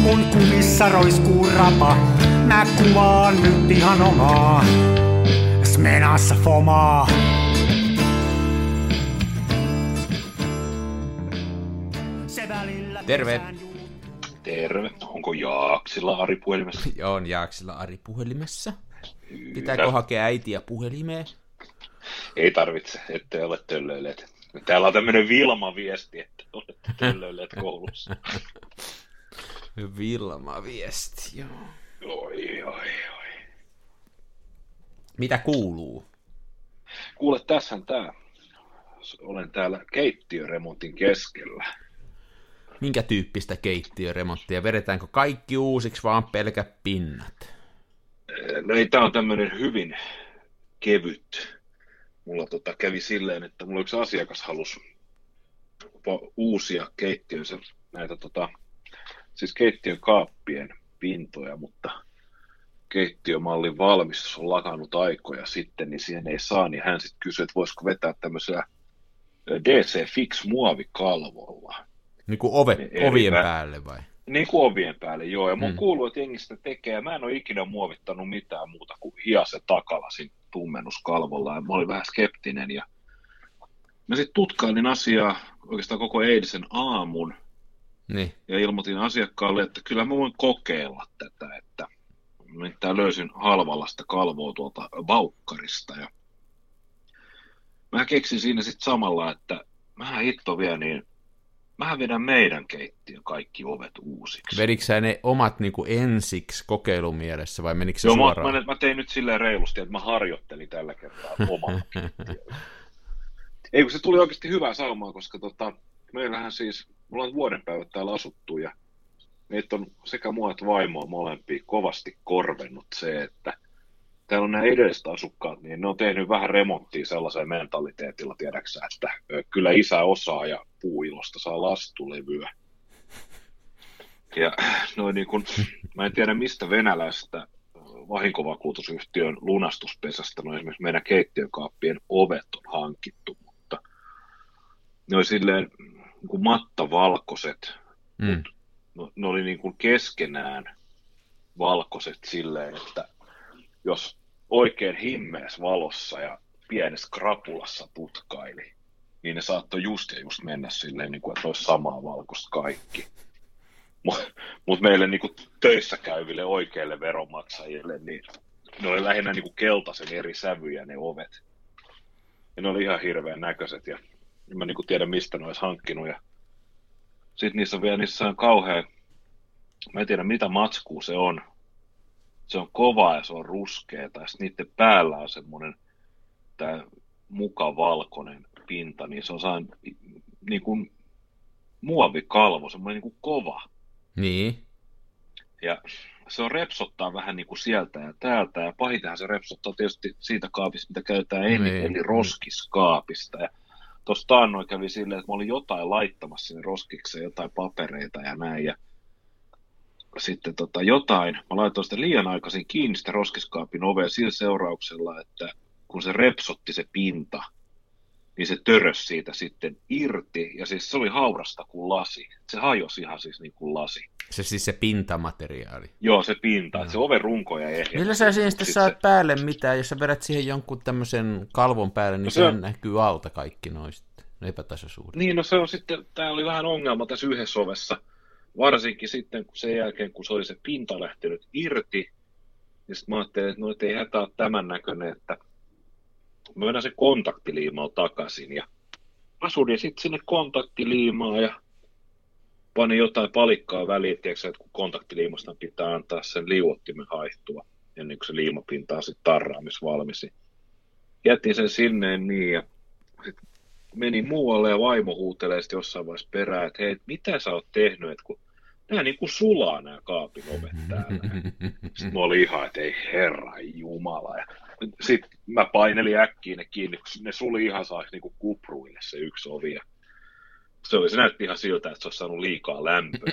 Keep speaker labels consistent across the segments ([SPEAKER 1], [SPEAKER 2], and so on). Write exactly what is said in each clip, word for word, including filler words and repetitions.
[SPEAKER 1] kun kumissa roiskuu rapa, mä kuvaan nyt ihan omaa Smenassa fomaa.
[SPEAKER 2] Terve.
[SPEAKER 3] Terve. Onko Jaaksilla Ari puhelimessa?
[SPEAKER 2] Joo, on Jaaksilla Ari puhelimessa. Pitääkö hakea äitiä puhelimeen?
[SPEAKER 3] Ei tarvitse, ettei ole töllöilleet. Täällä on tämmöinen Vilma-viesti, että olette töllöilleet koulussa.
[SPEAKER 2] Vilma-viesti, joo.
[SPEAKER 3] Oi, oi, oi.
[SPEAKER 2] Mitä kuuluu?
[SPEAKER 3] Kuule, tässähän tää. Olen täällä keittiöremontin keskellä.
[SPEAKER 2] Minkä tyyppistä keittiöremonttia? Vedetäänkö kaikki uusiksi, vaan pelkät pinnat?
[SPEAKER 3] No ei, tää on tämmöinen hyvin kevyt. Mulla tota kävi silleen, että mulla yksi asiakas halusi uusia keittiönsä, näitä tota, siis keittiön kaappien pintoja, mutta keittiömallin valmistus on lakannut aikoja sitten, niin siihen ei saa, niin hän sitten kysyi, että voisiko vetää tämmöisellä D C Fix muovikalvolla.
[SPEAKER 2] Niin kuin ove, ovien pä- päälle vai?
[SPEAKER 3] Niin kuin ovien päälle, joo. Ja mun
[SPEAKER 2] hmm.
[SPEAKER 3] kuuluu, että jengi sitä tekee. Ja mä en ole ikinä muovittanut mitään muuta kuin hiasen takala siinä tummennuskalvolla. Ja mä olin vähän skeptinen. Ja mä sitten tutkailin asiaa oikeastaan koko eilisen aamun. Niin. Ja ilmoitin asiakkaalle, että kyllä mä voin kokeilla tätä. Että mä löysin halvalla sitä kalvoa tuolta Vaukkarista. Ja mä keksin siinä sitten samalla, että mä hitto vielä niin mähän vedän meidän keittiön kaikki ovet uusiksi.
[SPEAKER 2] Vedikö sä ne omat niin kuin ensiksi kokeilumielessä vai menikö se
[SPEAKER 3] Joo,
[SPEAKER 2] suoraan?
[SPEAKER 3] Mä, mä tein nyt silleen reilusti, että mä harjoittelin tällä kertaa omaa keittiöllä. Ei kun se tuli oikeasti hyvää saumaa, koska tota, meillähän siis, mulla on vuodenpäivät täällä asuttu ja meitä on sekä mua että vaimoa molempia kovasti korvennut se, että täällä on nämä edelliset asukkaat, niin ne on tehnyt vähän remonttia sellaiseen mentaliteetilla, tiedäksä, että kyllä isä osaa ja puuilosta saa lastulevyä. Ja noin niin kuin, mä en tiedä mistä venäläistä vahinkovakuutusyhtiön lunastuspesästä no esimerkiksi meidän keittiökaappien ovet on hankittu, mutta ne oli silleen niin kuin mattavalkoiset, mm. mutta no, ne oli niin kuin keskenään valkoiset silleen, että jos oikein himmeässä valossa ja pienessä krapulassa tutkaili, niin ne saattoi just ja just mennä silleen, niin kuin, että olisi samaa valkoista kaikki. Mutta mut meille niin kuin töissä käyville oikeille veronmaksajille, niin ne oli lähinnä niin kuin keltaisen eri sävyjä ne ovet. Ja ne oli ihan hirveän näköiset ja en mä niin kuin tiedä mistä ne olisi hankkinut. Ja sitten niissä on vielä niissä on kauhean, mä en tiedä mitä matskua se on. Se on kovaa ja se on ruskeata, ja niiden päällä on semmoinen tämä mukavalkoinen pinta, niin se on sellainen niin kuin muovikalvo, semmoinen niin kuin kova.
[SPEAKER 2] Niin.
[SPEAKER 3] Ja se on repsottaa vähän niin kuin sieltä ja täältä, ja pahitenhan se repsottaa tietysti siitä kaapista, mitä käytetään eniten, niin. Eli roskiskaapista. Ja tuossa taannoin kävi silleen, että mä olin jotain laittamassa sinne roskikseen, jotain papereita ja näin, ja sitten tota jotain, mä laitoin sitä liian aikaisin kiinni sitä roskiskaapin ovea sillä seurauksella, että kun se repsotti se pinta, niin se törös siitä sitten irti, ja siis se oli haurasta kuin lasi. Se hajosi ihan siis niin kuin lasi.
[SPEAKER 2] Se siis se pintamateriaali.
[SPEAKER 3] Joo, se pinta, no. Että se oven runko jäi ehjä.
[SPEAKER 2] Millä sä siihen sitten saat se päälle mitään, jos sä vedät siihen jonkun tämmöisen kalvon päälle, niin no se on näkyy alta kaikki noista epätasaisuudet.
[SPEAKER 3] Niin, no se on sitten, tää oli vähän ongelma tässä yhdessä ovessa. Varsinkin sitten kun sen jälkeen, kun se oli se pinta lähtenyt irti, niin sitten mä ajattelin, että no ei hätä ole tämän näköinen, että mä vedän sen kontaktiliimaa takaisin. Ja mä sudin sitten sinne kontaktiliimaa ja panin jotain palikkaa väliin, tiedätkö, että kun kontaktiliimasta pitää antaa sen liuottimen haihtua, ennen kuin se liimapinta on sitten tarraamisvalmis. Jätin sen sinne niin ja sitten menin muualle ja vaimo huutelee sitten jossain vaiheessa perään, että hei, mitä sä oot tehnyt, että kun nämä niin kuin sulaa nämä kaapin ovet täällä. Sitten mä olin ihan, että ei herra jumala. Ja sitten mä painelin äkkiin ne kiinni, kun ne suli ihan saisi niin kuin kupruille se yksi ovi. Ja se, oli, se näytti ihan siltä, että se olisi saanut liikaa lämpöä.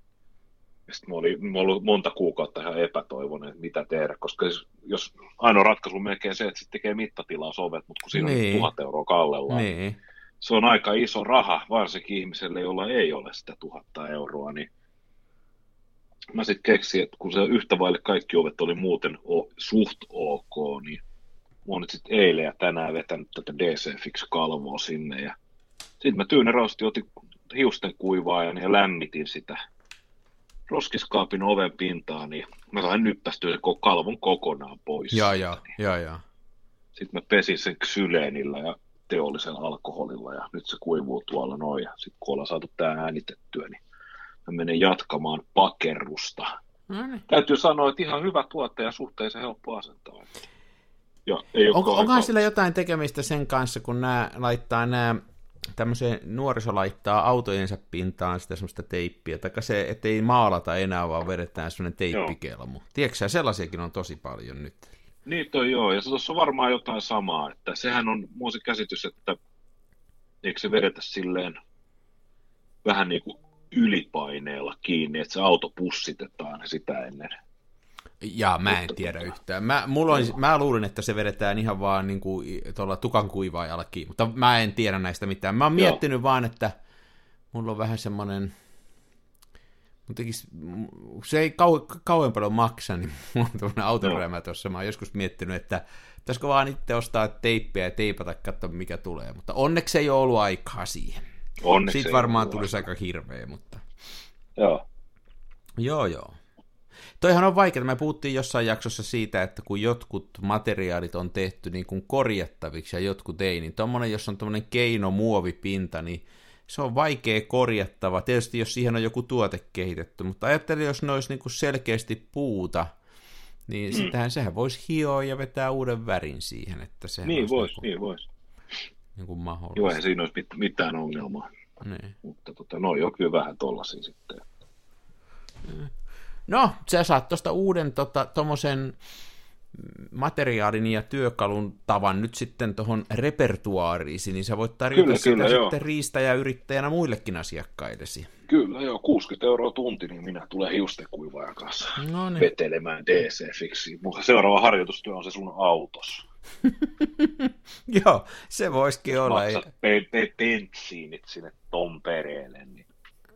[SPEAKER 3] Ja sitten mä olin, mä olin monta kuukautta ihan epätoivoinen, että mitä tehdä, koska jos ainoa ratkaisu on melkein se, että sitten tekee mittatilausovet, mutta kun siinä niin on tuhat euroa kallellaan, niin se on aika iso raha, varsinkin ihmiselle, jolla ei ole sitä tuhatta euroa, niin mä sitten keksin, että kun se yhtä vaille kaikki ovet oli muuten o, suht ok, niin mä oon nyt sitten eilen ja tänään vetänyt tätä D C Fix-kalvoa sinne. Ja sitten mä tyynärästi otin hiusten kuivaajan ja lämmitin sitä roskiskaapin oven pintaa, niin mä sain nyppästyä sen kalvon kokonaan pois.
[SPEAKER 2] Jaa, jaa, jaa, jaa.
[SPEAKER 3] Sitten mä pesin sen ksyleenillä ja teollisella alkoholilla ja nyt se kuivuu tuolla noin. Ja sitten kun ollaan saatu tää äänitettyä, niin mä menen jatkamaan pakerrusta. No niin. Täytyy sanoa, että ihan hyvä tuote ja suhteellisen helppo asentaa. Ja ei
[SPEAKER 2] Onko, onkohan sillä jotain tekemistä sen kanssa, kun nämä laittaa nämä, tämmöiseen nuoriso laittaa autojensa pintaan sitä semmoista teippiä, tai se, ettei maalata enää, vaan vedetään semmoinen teippikelmu. Tiedätkö sä, sellaisiakin on tosi paljon nyt.
[SPEAKER 3] Niin toi joo, ja se tuossa on varmaan jotain samaa, että sehän on mun se käsitys, että eikö se vedetä silleen vähän niin kuin ylipaineella kiinni, että se auto pussitetaan sitä ennen.
[SPEAKER 2] Jaa, mä en tiedä yhtään. Mä, mulla on, mä luulin, että se vedetään ihan vaan niin kuin tuolla tukan kuivaajalla kiinni, mutta mä en tiedä näistä mitään. Mä oon miettinyt Joo. vaan, että mulla on vähän semmoinen, se ei kau, kauan paljon maksa, niin mulla on tuollainen autorämä tuossa. Mä oon joskus miettinyt, että pitäisikö vaan itse ostaa teippiä ja teipata, katsoa mikä tulee, mutta onneksi ei ole ollut aikaa siihen.
[SPEAKER 3] Onneksi
[SPEAKER 2] siitä varmaan tulisi aika hirveä, mutta...
[SPEAKER 3] Joo.
[SPEAKER 2] Joo, joo. Toihan on vaikeaa. Me puhuttiin jossain jaksossa siitä, että kun jotkut materiaalit on tehty niin kuin korjattaviksi ja jotkut ei, niin tommonen, jos on tommonen keinomuovipinta, niin se on vaikea korjattava. Tietysti jos siihen on joku tuote kehitetty, mutta ajattelin, jos ne olisi niin kuin selkeästi puuta, niin mm. sitähän sehän voisi hioa ja vetää uuden värin siihen. Että sehän
[SPEAKER 3] niin voisi,
[SPEAKER 2] niin, kuin,
[SPEAKER 3] niin voisi.
[SPEAKER 2] Niin kuin mahdollista.
[SPEAKER 3] Joo, eihän siinä olisi mit- mitään ongelmaa.
[SPEAKER 2] Niin.
[SPEAKER 3] Mutta tota, no on kyllä vähän tollaisia sitten.
[SPEAKER 2] Mm. No, sä saat tuosta uuden tota, tommosen materiaalin ja työkalun tavan nyt sitten tuohon repertuaariisi, niin sä voit tarjota
[SPEAKER 3] kyllä,
[SPEAKER 2] sitä
[SPEAKER 3] kyllä,
[SPEAKER 2] sitten riistäjäyrittäjänä muillekin asiakkaillesi.
[SPEAKER 3] Kyllä, joo, kuusikymmentä euroa tunti, niin minä tulen hiustenkuivaajan kanssa
[SPEAKER 2] no niin.
[SPEAKER 3] vetelemään D C-fiksiin. Mutta seuraava harjoitustyö on se sun autos.
[SPEAKER 2] Joo, se voisikin olla.
[SPEAKER 3] Maksat pe- pe- bensiinit sinne Tompereelle, niin...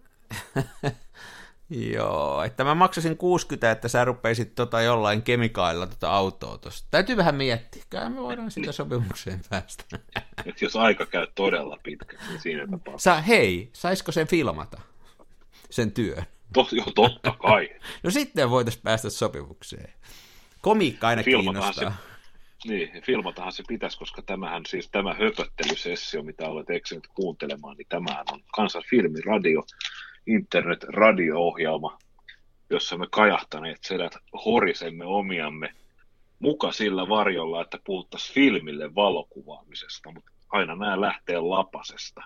[SPEAKER 2] Joo, että mä maksasin kuusikymmentä, että sä rupeisit tota jollain kemikaalilla tota autoa tosta. Täytyy vähän miettiä, kai me voidaan sitä sopimukseen päästä.
[SPEAKER 3] Et jos aika käy todella pitkä, niin siinä tapauksessa.
[SPEAKER 2] Sa, hei, saisiko sen filmata, sen työn?
[SPEAKER 3] Tot, jo, totta kai.
[SPEAKER 2] No sitten voitaisiin päästä sopimukseen. Komiikka aina
[SPEAKER 3] filmatahan
[SPEAKER 2] kiinnostaa.
[SPEAKER 3] Se, niin, filmatahan se pitäisi, koska tämähän siis tämä höpöttelysessio, mitä olet eksynyt kuuntelemaan, niin tämähän on Kansan filmiradio. Internet-radio-ohjelma, jossa me kajahtaneet sedät horisemme omiamme muka sillä varjolla, että puhuttaisiin filmille valokuvaamisesta, mutta aina nämä lähtee lapasesta.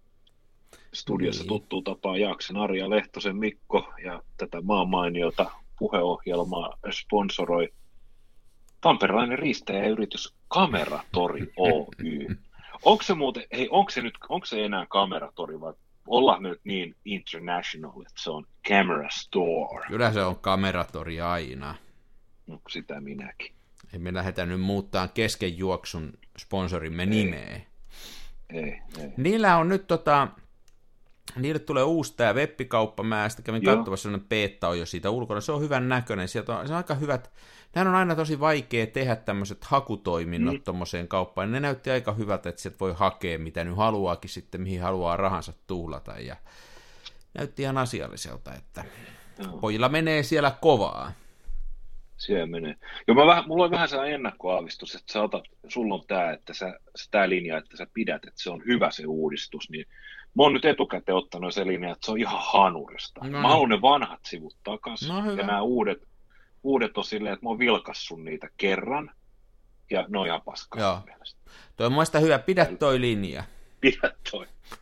[SPEAKER 3] Studiossa niin. Tuttuu tapaa Jaaksen Arja Lehtosen Mikko ja tätä maanmainiota puheohjelmaa sponsoroi tamperelainen riistäjäyritys Kameratori Oy. Onko se muuten, hei, onko se nyt, onko se enää Kameratori vai ollaan nyt niin international, että se on Camera Store.
[SPEAKER 2] Kyllä se on Kameratori aina.
[SPEAKER 3] No, sitä minäkin.
[SPEAKER 2] Ei me lähdetä nyt muuttaa kesken juoksun sponsorimme ei. nimeä.
[SPEAKER 3] Ei, ei.
[SPEAKER 2] Niillä on nyt tota, niille tulee uusi tämä webbikauppa. Mä sitä kävin katsomassa, sellainen beta on jo siitä ulkona. Se on hyvän näköinen. Sieltä on, se on aika hyvät. Nämä on aina tosi vaikea tehdä tämmöiset hakutoiminnot mm. tuommoiseen kauppaan. Ne näytti aika hyvältä, että sieltä voi hakea mitä nyt haluaakin sitten, mihin haluaa rahansa tuhlata. Ja näytti ihan asialliselta, että no. Pojilla menee siellä kovaa.
[SPEAKER 3] Siellä menee. Joo, mä vähän, mulla on vähän sellainen ennakkoaavistus, että sä otat, sulla on tämä, että sä, tää linja, että sä pidät, että se on hyvä se uudistus, niin mä oon nyt etukäteen ottanut se linja, että se on ihan hanurista. No. Mä haluan ne vanhat sivut takaisin no, ja nämä uudet Uudet on silleen, että mä oon vilkassut niitä kerran, ja ne on ihan paskaa.
[SPEAKER 2] Joo. Toi on muista hyvä, pidä toi linja.
[SPEAKER 3] Pidä toi.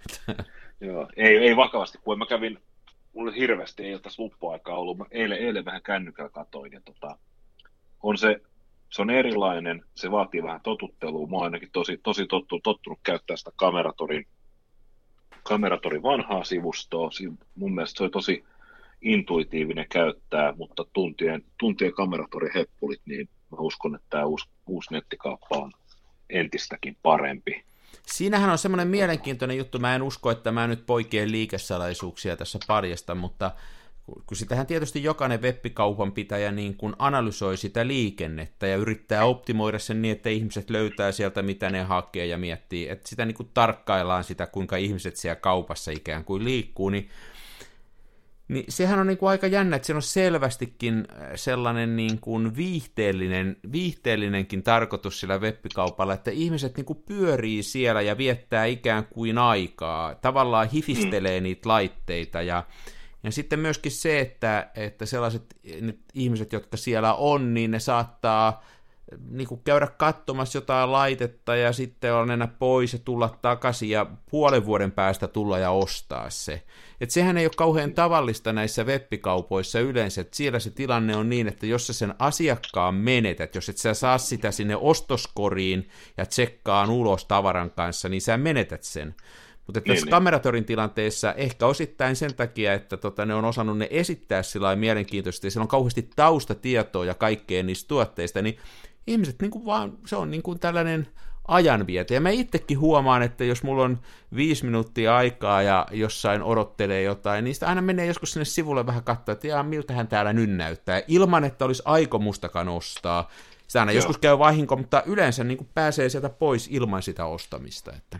[SPEAKER 3] Joo, ei, ei vakavasti, kun mä kävin, mulle hirveästi ei ole tässä luppuaikaa ollut, mä eilen, eilen vähän kännykällä katoin, ja tota, on se, se on erilainen, se vaatii vähän totuttelua, mä oon ainakin tosi, tosi tottu, tottunut käyttää sitä kameratorin, kameratorin vanhaa sivustoa, mun mielestä se on tosi intuitiivinen käyttää, mutta tuntien, tuntien Kameratori heppulit, niin mä uskon, että tämä uusi, uusi nettikauppa on entistäkin parempi.
[SPEAKER 2] Siinähän on semmoinen mielenkiintoinen juttu, mä en usko, että mä nyt poikien liikesalaisuuksia tässä paljasta, mutta kun sitähän tietysti jokainen web-kaupan pitäjä niin kuin analysoi sitä liikennettä ja yrittää optimoida sen niin, että ihmiset löytää sieltä, mitä ne hakee ja miettii, että sitä niin kuin tarkkaillaan sitä, kuinka ihmiset siellä kaupassa ikään kuin liikkuu, niin, niin sehän on niin kuin aika jännä, että se on selvästikin sellainen niin kuin viihteellinen, viihteellinenkin tarkoitus sillä web-kaupalla, että ihmiset niin kuin pyörii siellä ja viettää ikään kuin aikaa, tavallaan hifistelee niitä laitteita ja Ja sitten myöskin se, että, että sellaiset ihmiset, jotka siellä on, niin ne saattaa niin kuin käydä katsomassa jotain laitetta ja sitten on enää pois ja tulla takaisin ja puolen vuoden päästä tulla ja ostaa se. Et sehän ei ole kauhean tavallista näissä web-kaupoissa yleensä, että siellä se tilanne on niin, että jos sä sen asiakkaan menetät, jos et sä saa sitä sinne ostoskoriin ja tsekkaan ulos tavaran kanssa, niin sä menetät sen. Mutta tässä niin, Kameratorin tilanteessa ehkä osittain sen takia, että tota, ne on osannut ne esittää sillä lailla mielenkiintoisesti, ja siellä on kauheasti taustatietoa ja kaikkea niistä tuotteista, niin ihmiset niin kuin vaan, se on niin kuin tällainen ajanviete. Ja mä itsekin huomaan, että jos mulla on viisi minuuttia aikaa ja jossain odottelee jotain, niin sitä aina menee joskus sinne sivulle vähän katsoa, että jaa, miltähän täällä nyt näyttää, ilman että olisi aikomustakaan ostaa. Sitä aina Joo. joskus käy vahinko, mutta yleensä niin kuin pääsee sieltä pois ilman sitä ostamista, että...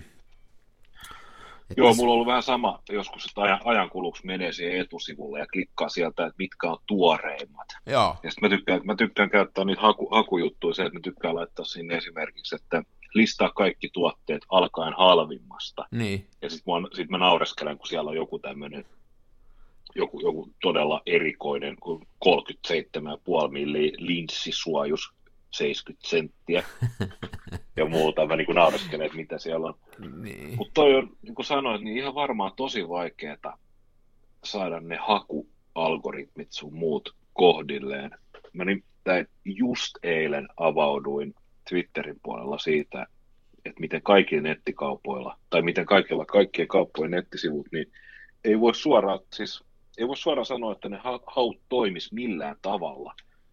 [SPEAKER 3] Että Joo, mulla on ollut vähän sama joskus, että ajan, ajankuluksi menee siihen etusivulle ja klikkaa sieltä, että mitkä on tuoreimmat.
[SPEAKER 2] Joo.
[SPEAKER 3] Ja sitten mä tykkään, mä tykkään käyttää niitä haku, hakujuttuja, se, että mä tykkään laittaa sinne esimerkiksi, että listaa kaikki tuotteet alkaen halvimmasta.
[SPEAKER 2] Niin. Ja
[SPEAKER 3] sitten sit mä naureskelen, kun siellä on joku tämmöinen, joku, joku todella erikoinen, kuin kolmekymmentäseitsemän pilkku viisi milliä linssisuojus, seitsemänkymmentä senttiä ja muuta. Mä niin kuin naureskelen, että mitä siellä on.
[SPEAKER 2] Niin.
[SPEAKER 3] Mutta toi on, niin kuin sanoit, niin ihan varmaan tosi vaikeaa saada ne hakualgoritmit sun muut kohdilleen. Mä nimittäin just eilen avauduin Twitterin puolella siitä, että miten kaikilla nettikaupoilla, tai miten kaikilla kaikkien kauppojen nettisivut, niin ei voi suoraan, siis ei voi suoraan sanoa, että ne haut toimis millään tavalla.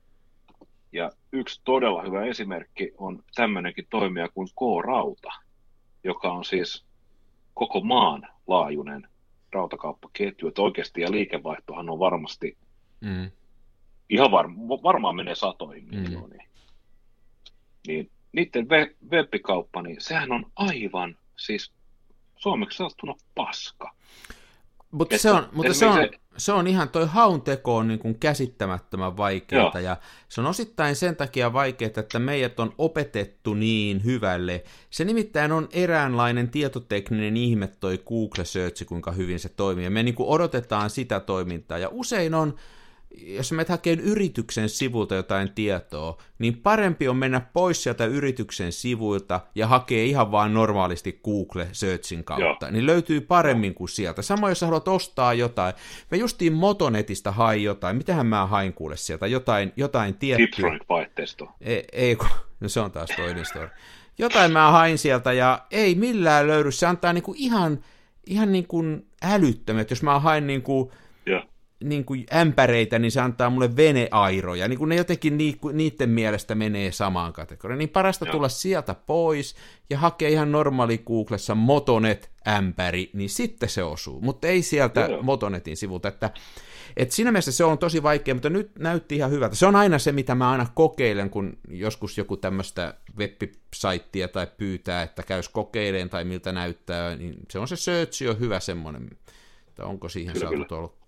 [SPEAKER 3] Ja yksi todella hyvä esimerkki on tämmöinenkin toimija kuin K-Rauta, joka on siis koko maan laajuinen rautakauppaketju. Että oikeasti ja liikevaihtohan on varmasti, mm. ihan var, varmaan menee satoihin miljooniin. Mm. Niin niiden web-kauppa, niin sehän on aivan siis suomeksi sanottuna paska.
[SPEAKER 2] Mutta se on, mutta se on, se on ihan, toi haun teko on niin kuin käsittämättömän vaikeaa, ja se on osittain sen takia vaikeaa, että meidät on opetettu niin hyvälle. Se nimittäin on eräänlainen tietotekninen ihme toi Google Search, kuinka hyvin se toimii, ja me niin kuin odotetaan sitä toimintaa, ja usein on, jos menet hakee yrityksen sivulta jotain tietoa, niin parempi on mennä pois sieltä yrityksen sivuilta ja hakee ihan vaan normaalisti Google Searchin kautta. Joo. Niin löytyy paremmin kuin sieltä. Samoin, jos haluat ostaa jotain. Mä justiin Motonetista hain jotain. Mitähän mä hain kuule sieltä? Jotain, jotain tiettyä.
[SPEAKER 3] Tiptronic-vaitteisto.
[SPEAKER 2] Ei, ei no se on taas toinen story. Jotain mä hain sieltä ja ei millään löydy. Se antaa niinku ihan, ihan niinku älyttömät. Jos mä hain niinku... Joo. Niin kuin ämpäreitä, niin se antaa mulle veneairoja, niin kuin ne jotenkin ni, niiden mielestä menee samaan kategoriaan, niin parasta Joo. tulla sieltä pois ja hakea ihan normaali Googlessa Motonet-ämpäri, niin sitten se osuu, mutta ei sieltä Joo. Motonetin sivulta, että, että siinä mielessä se on tosi vaikea, mutta nyt näytti ihan hyvältä. Se on aina se, mitä mä aina kokeilen, kun joskus joku tämmöistä web-saittia tai pyytää, että käys kokeilemaan tai miltä näyttää, niin se on se search on hyvä semmoinen, että onko siihen kyllä, saatu kyllä. tolkkua.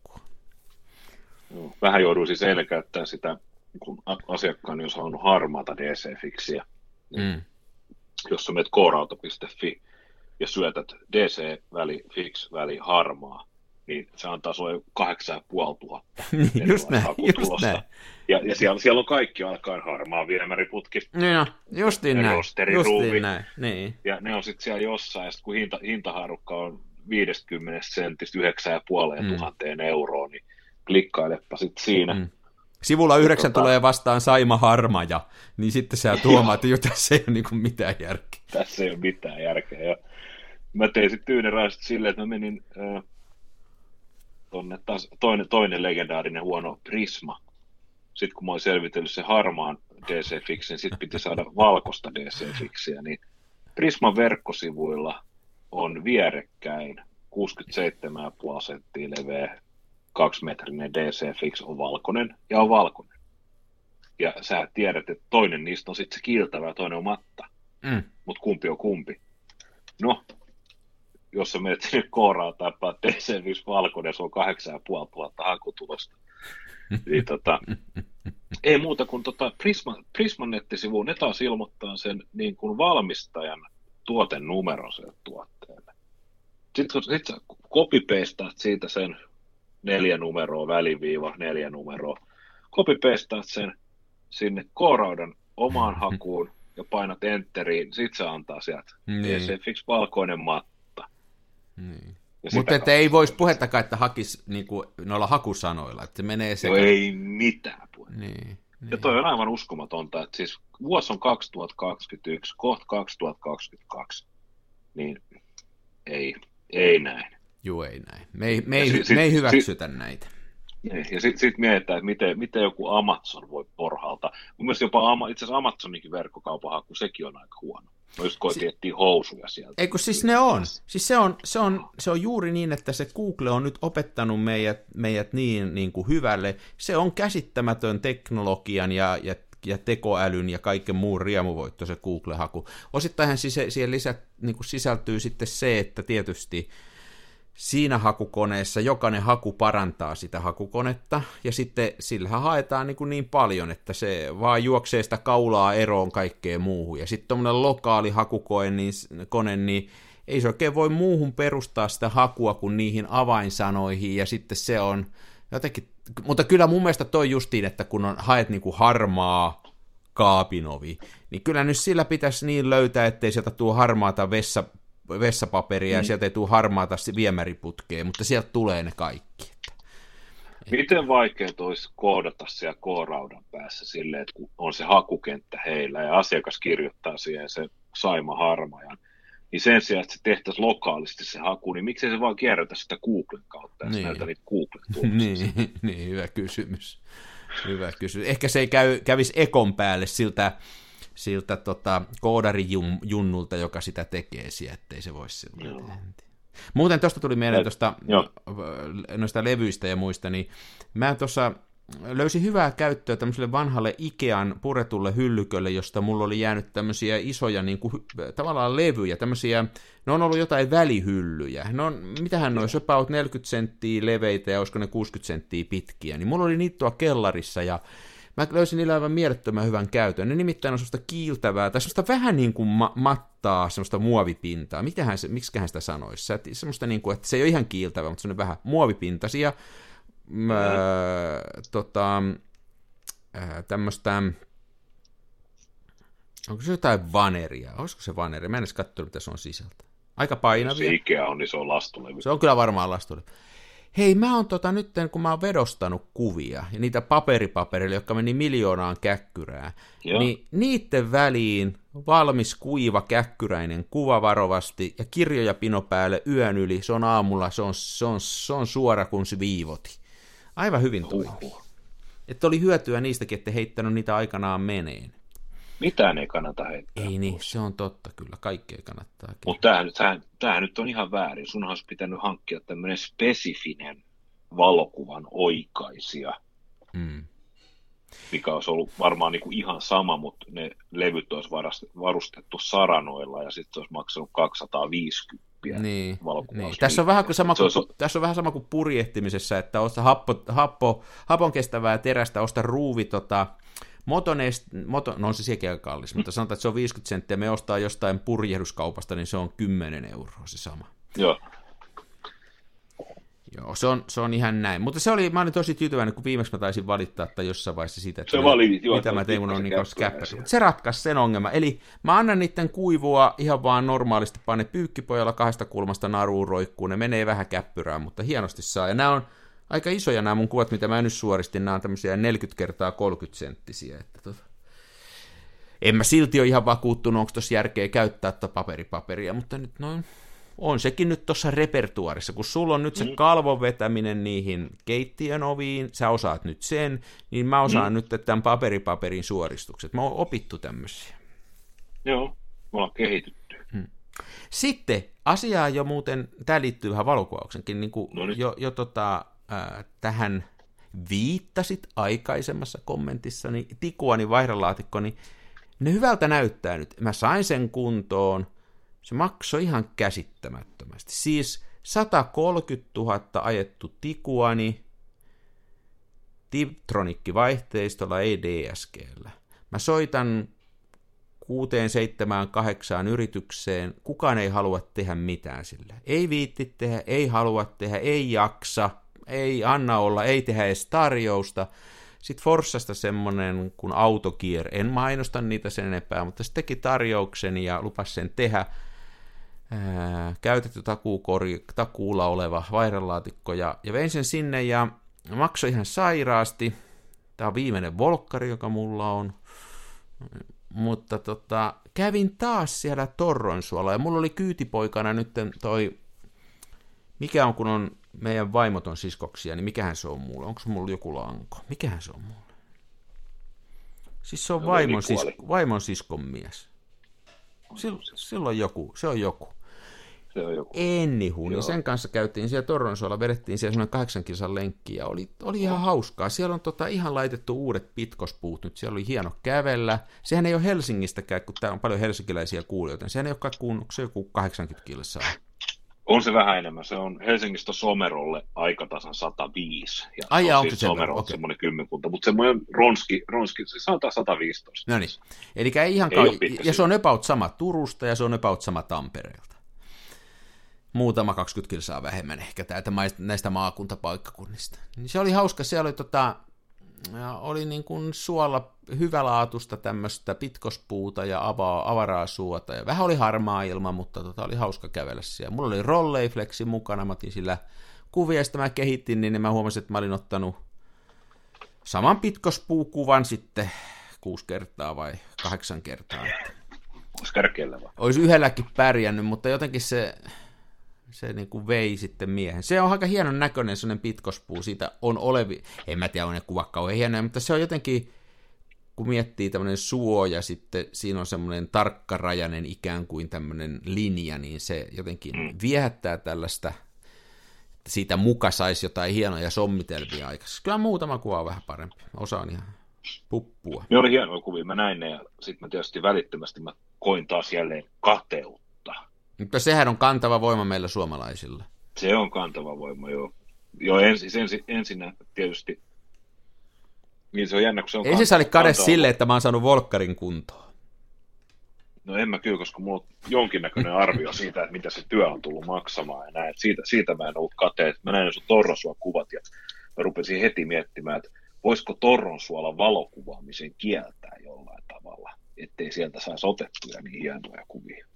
[SPEAKER 3] Vähän jouduin siis eilen käyttämään sitä, kun asiakkaani on saanut harmaata D C-fiksiä. Mm. Jos sä menet krauta piste fi ja syötät D C-väli, fix-väli, harmaa, niin se antaa sulle kahdeksan ja puoli tuhatta.
[SPEAKER 2] Just näin, just näin.
[SPEAKER 3] Ja, ja siellä, siellä on kaikki alkaen harmaa viemäriputki.
[SPEAKER 2] No, justiin näin, justiin näin. Niin.
[SPEAKER 3] Ja ne on sitten siellä jossain, ja sit kun hinta, hintaharukka on viisikymmentä sentistä yhdeksän ja puoli mm. tuhanteen euroa, niin klikkailepa sitten siinä. Mm.
[SPEAKER 2] Sivulla yhdeksän tota, tulee vastaan Saima Harmaja, niin sitten sä tuomaat, että jo tässä ei ole niin mitään järkeä.
[SPEAKER 3] Tässä ei ole mitään järkeä. Ja mä tein sitten tyyneraisesti silleen, että mä menin äh, tonne taas, toinen, toinen legendaarinen huono Prisma. Sitten kun mä olin selvitellyt sen harmaan D C-fiksin, sitten piti saada valkoista D C-fiksiä, niin Prisman verkkosivuilla on vierekkäin kuusikymmentäseitsemän pilkku viisi senttiä leveä kaksimetrinen D C Fix on valkoinen ja on valkoinen. Ja sä tiedät, että toinen niistä on sitten se kiiltävä ja toinen on matta. Mm. Mutta kumpi on kumpi? No, jos sä menet sinne kooraan tai D C Fix valkoinen, se on kahdeksan ja puoli tuhatta hakutulosta. Niin, tota, ei muuta kuin tota Prisma, Prisman nettisivuun, ne taas ilmoittaa sen niin kuin valmistajan tuotenumeron sen tuotteelle. Sitten sit sä copy-pastaat siitä sen neljä numeroa, väliviiva, neljä numeroa. Copy-pastaat sen sinne K-raudan omaan hakuun ja painat enteriin, sit se antaa sieltä niin. D C Fix valkoinen matta. Niin.
[SPEAKER 2] Mutta että ei voisi puhettakaan, että hakisi niinku noilla hakusanoilla, että se menee sekä...
[SPEAKER 3] No ei mitään puhetta.
[SPEAKER 2] Niin, niin.
[SPEAKER 3] Ja toi on aivan uskomatonta, että siis vuosi on kaksituhattakaksikymmentäyksi, kohta kaksituhattakaksikymmentäkaksi, niin ei, ei näin.
[SPEAKER 2] Joo, ei näin. Me ei, me ei, sit, me ei hyväksytä sit, näitä.
[SPEAKER 3] Ja sitten sit mietitään, että miten, miten joku Amazon voi porhalta. Mun mielestä jopa itse asiassa Amazoninkin verkkokaupan haku, sekin on aika huono. No just koitin etsiä housuja sieltä.
[SPEAKER 2] Eikö siis ne on? Siis se on, se on, se on juuri niin, että se Google on nyt opettanut meidät, meidät niin, niin kuin hyvälle. Se on käsittämätön teknologian ja, ja, ja tekoälyn ja kaiken muun riemuvoitto se Google-haku. Osittainhan siis siihen lisä, niin kuin sisältyy sitten se, että tietysti siinä hakukoneessa jokainen haku parantaa sitä hakukonetta, ja sitten sillähän haetaan niin, kuin niin paljon, että se vaan juoksee sitä kaulaa eroon kaikkeen muuhun. Ja sitten tuommoinen lokaali hakukoe, niin, kone, niin ei se oikein voi muuhun perustaa sitä hakua kuin niihin avainsanoihin, ja sitten se on jotenkin... Mutta kyllä mun mielestä toi justiin, että kun on, haet niin kuin harmaa kaapinovi, niin kyllä nyt sillä pitäisi niin löytää, ettei sieltä tuo harmaata vessa vessapaperia, mm. ja sieltä ei tule harmaata viemäriputkea, mutta sieltä tulee ne kaikki.
[SPEAKER 3] Miten vaikea olisi koodata siellä K-raudan päässä silleen, että kun on se hakukenttä heillä ja asiakas kirjoittaa siihen se saima harmajan, niin sen sijaan, että se tehtäisiin lokaalisti se haku, niin miksei se vaan kierrätä sitä Googlen kautta ja niin. Näytä niitä Google-tuloksia.
[SPEAKER 2] niin, niin, hyvä kysymys. Hyvä kysymys. Ehkä se ei käy, kävisi ekon päälle siltä siltä tota, koodarijunnulta, joka sitä tekee siellä, ettei se voisi silloin tehdä. Muuten tuosta tuli mieleen tuosta noista levyistä ja muista, niin mä tuossa löysin hyvää käyttöä tämmöiselle vanhalle Ikean puretulle hyllykölle, josta mulla oli jäänyt tämmöisiä isoja niin kuin, tavallaan levyjä, tämmöisiä, ne on ollut jotain välihyllyjä. Ne on, mitähän ne olisi, about neljäkymmentä senttiä leveitä ja olisiko ne kuusikymmentä senttiä pitkiä, niin mulla oli niitä tuolla kellarissa ja mä löysin niillä aivan mielettömän hyvän käytön. Ne nimittäin on semmoista kiiltävää, tai semmoista vähän niin kuin ma- mattaa, semmoista muovipintaa. Mitähän se, miksiköhän sitä sanoisi? Semmoista niin kuin, että se ei ole ihan kiiltävää, mutta semmoinen vähän muovipintaisia. Öö, tota, öö, tämmöistä, onko se jotain vaneria? Olisiko se vaneria? Mä en edes katsonut, mitä se on sisältä. Aika painavia.
[SPEAKER 3] Se Ikea on, niin se on lastulevy.
[SPEAKER 2] Se on kyllä varmaan lastulevy. Hei, mä oon tota nyt, kun mä oon vedostanut kuvia, ja niitä paperipaperille, jotka meni miljoonaan käkkyrää, Joo. niin niiden väliin valmis kuiva käkkyräinen kuva varovasti, ja kirjoja pino päälle yön yli, se on aamulla, se on, se on, se on suora kuin se viivoti. Aivan hyvin toimii. Että oli hyötyä niistäkin, että heittänyt niitä aikanaan meneen.
[SPEAKER 3] Mitään ei kannata heittää.
[SPEAKER 2] Ei niin, se on totta kyllä, kaikkea kannattaa.
[SPEAKER 3] Mutta tämähän, tämähän, tämähän nyt on ihan väärin. Sunhan olisi pitänyt hankkia tämmöinen spesifinen valokuvan oikaisija, hmm. mikä olisi ollut varmaan niinku ihan sama, mutta ne levyt olisi varustettu saranoilla ja sitten se olisi maksanut kaksisataaviisikymmentä
[SPEAKER 2] niin, niin. Tässä, on vähän kuin sama kuin, olisi... tässä on vähän sama kuin purjehtimisessa, että osta happo, happo, hapon kestävää terästä, osta ruuvi tota, Motonest, moto, no on se sekin aika kallis, mutta sanotaan, että se on viisikymmentä senttiä, me ostaa jostain purjehduskaupasta, niin se on kymmenen euroa se sama.
[SPEAKER 3] Joo.
[SPEAKER 2] Joo, se on, se on ihan näin. Mutta se oli, mä olin tosi tyytyväinen, kun viimeksi mä taisin valittaa tai jossain vaiheessa siitä, että
[SPEAKER 3] se valitit,
[SPEAKER 2] mitä, mitä mä tein, kun on niin kauan käppäri. Se ratkaisi sen ongelman. Eli mä annan niiden kuivua ihan vaan normaalisti, pane pyykkipojalla kahdesta kulmasta naruun roikkuun, ne menee vähän käppyrään, mutta hienosti saa. Ja nämä on aika isoja nämä mun kuvat, mitä mä nyt suoristin, nämä on tämmöisiä neljäkymmentä kertaa kolmekymmentä senttisiä. Että tota. En mä silti ole ihan vakuuttunut, onko tuossa järkeä käyttää tuota paperipaperia, mutta nyt noin. On sekin nyt tuossa repertuarissa, kun sulla on nyt se kalvon vetäminen niihin keittiön oviin, sä osaat nyt sen, niin mä osaan mm. nyt tämän paperipaperin suoristukset. Mä oon opittu tämmöisiä.
[SPEAKER 3] Joo, me ollaan kehitytty.
[SPEAKER 2] Hmm. Sitten asiaa jo muuten, tämä liittyy vähän valokuvauksenkin, niin kuin no jo, jo tota, ää, tähän viittasit aikaisemmassa kommentissani, Tiguanin vaihdelaatikko, niin ne hyvältä näyttää nyt. Mä sain sen kuntoon, se maksoi ihan käsittämättömästi. Siis sata kolmekymmentätuhatta ajettu Tiguani, Tiptronic-vaihteistolla, ei D S G:llä. Mä soitan kuuteen, seitsemään, kahdeksaan yritykseen, kukaan ei halua tehdä mitään sille. Ei viitti tehdä, ei halua tehdä, ei jaksa, ei anna olla, ei tehdä edes tarjousta. Sitten Forssasta semmoinen kuin Autogear, en mainosta niitä sen enempää, mutta se teki tarjouksen ja lupasi sen tehdä. Ää, käytetty takuukori, takuulla oleva vaihdelaatikko, ja, ja vein sen sinne ja maksoi ihan sairaasti. Tämä on viimeinen volkkari, joka mulla on. Mutta tota, kävin taas siellä Torronsuolla, ja mulla oli kyytipoikana nyt toi, mikä on, kun on meidän vaimoton siskoksia, niin mikähän se on mulle? Onko mulla joku lanko? Mikähän se on mulle? Siis se on vaimon, sisko, vaimon siskon mies. Sil, silloin joku, se on joku.
[SPEAKER 3] Se on joku.
[SPEAKER 2] Anywho, niin sen kanssa käytiin siellä Torronsuolla, vedettiin siellä semmoinen kahdeksan kilsan lenkki, ja oli, oli ihan hauskaa. Siellä on tota, ihan laitettu uudet pitkospuut nyt, siellä oli hieno kävellä. Sehän ei ole Helsingistäkään, kun täällä on paljon helsinkiläisiä kuulijoita, sehän ei olekaan kuin se joku kahdeksankymmentä kilsaa.
[SPEAKER 3] On se vähän enemmän. Se on Helsingistä Somerolle aikatasan sata viisi. Ja
[SPEAKER 2] Ai
[SPEAKER 3] se
[SPEAKER 2] jaa,
[SPEAKER 3] on
[SPEAKER 2] onko
[SPEAKER 3] siis
[SPEAKER 2] se
[SPEAKER 3] Somerolle
[SPEAKER 2] okay.
[SPEAKER 3] semmoinen kymmenkunta. Mutta semmoinen ronski, ronski se sanotaan sata viisitoista.
[SPEAKER 2] No niin. Eli ei ihan
[SPEAKER 3] ei
[SPEAKER 2] ka- ja se on about sama Turusta ja se on about sama Tampereelta. Muutama kaksikymmentä kilsaa vähemmän ehkä täältä näistä maakuntapaikkakunnista. Niin se oli hauska. Siellä oli, tota, oli niin kuin suolla hyvälaatusta tämmöistä pitkospuuta ja ava- avaraa suota. Ja vähän oli harmaa ilma, mutta tota, oli hauska kävellä siellä. Mulla oli Rolleiflexi mukana. Mä otin sillä kuvia, sitä mä kehitin, niin mä huomasin, että mä olin ottanut saman pitkospuukuvan sitten kuusi kertaa vai kahdeksan kertaa.
[SPEAKER 3] Olisi kärkeellä vaan.
[SPEAKER 2] Olisi yhdelläkin pärjännyt, mutta jotenkin se... Se niin kuin vei sitten miehen. Se on aika hienon näköinen sellainen pitkospuu. Siitä on olevi, en mä tiedä, on ne kuvat kauhean hienoja, mutta se on jotenkin, kun miettii tämmöinen suo ja sitten siinä on semmoinen tarkkarajainen ikään kuin tämmöinen linja, niin se jotenkin mm. viehättää tällaista, että siitä muka saisi jotain hienoja sommitelmia aikaisemmin. Kyllä muutama kuva on vähän parempi. Osa on ihan puppua.
[SPEAKER 3] Ne oli hienoja kuvia. Mä näin ne ja sitten mä tietysti välittömästi mä koin taas jälleen kateutta.
[SPEAKER 2] Mutta sehän on kantava voima meillä suomalaisilla.
[SPEAKER 3] Se on kantava voima, joo. Joo, ensin, ensin, ensinnä tietysti, niin se on jännä, kun se on...
[SPEAKER 2] Ei se sä oli kade sille, että mä oon saanut volkkarin kuntoon.
[SPEAKER 3] No en mä kyllä, koska mulla on jonkinnäköinen arvio siitä, että mitä se työ on tullut maksamaan ja näin. Siitä, siitä mä en ollut kateet. Mä näin sun Torronsuolan kuvat ja mä rupesin heti miettimään, että voisiko Torronsuolan valokuvaamisen kieltää jollain tavalla, ettei sieltä saisi otettuja niin hienoja kuvia.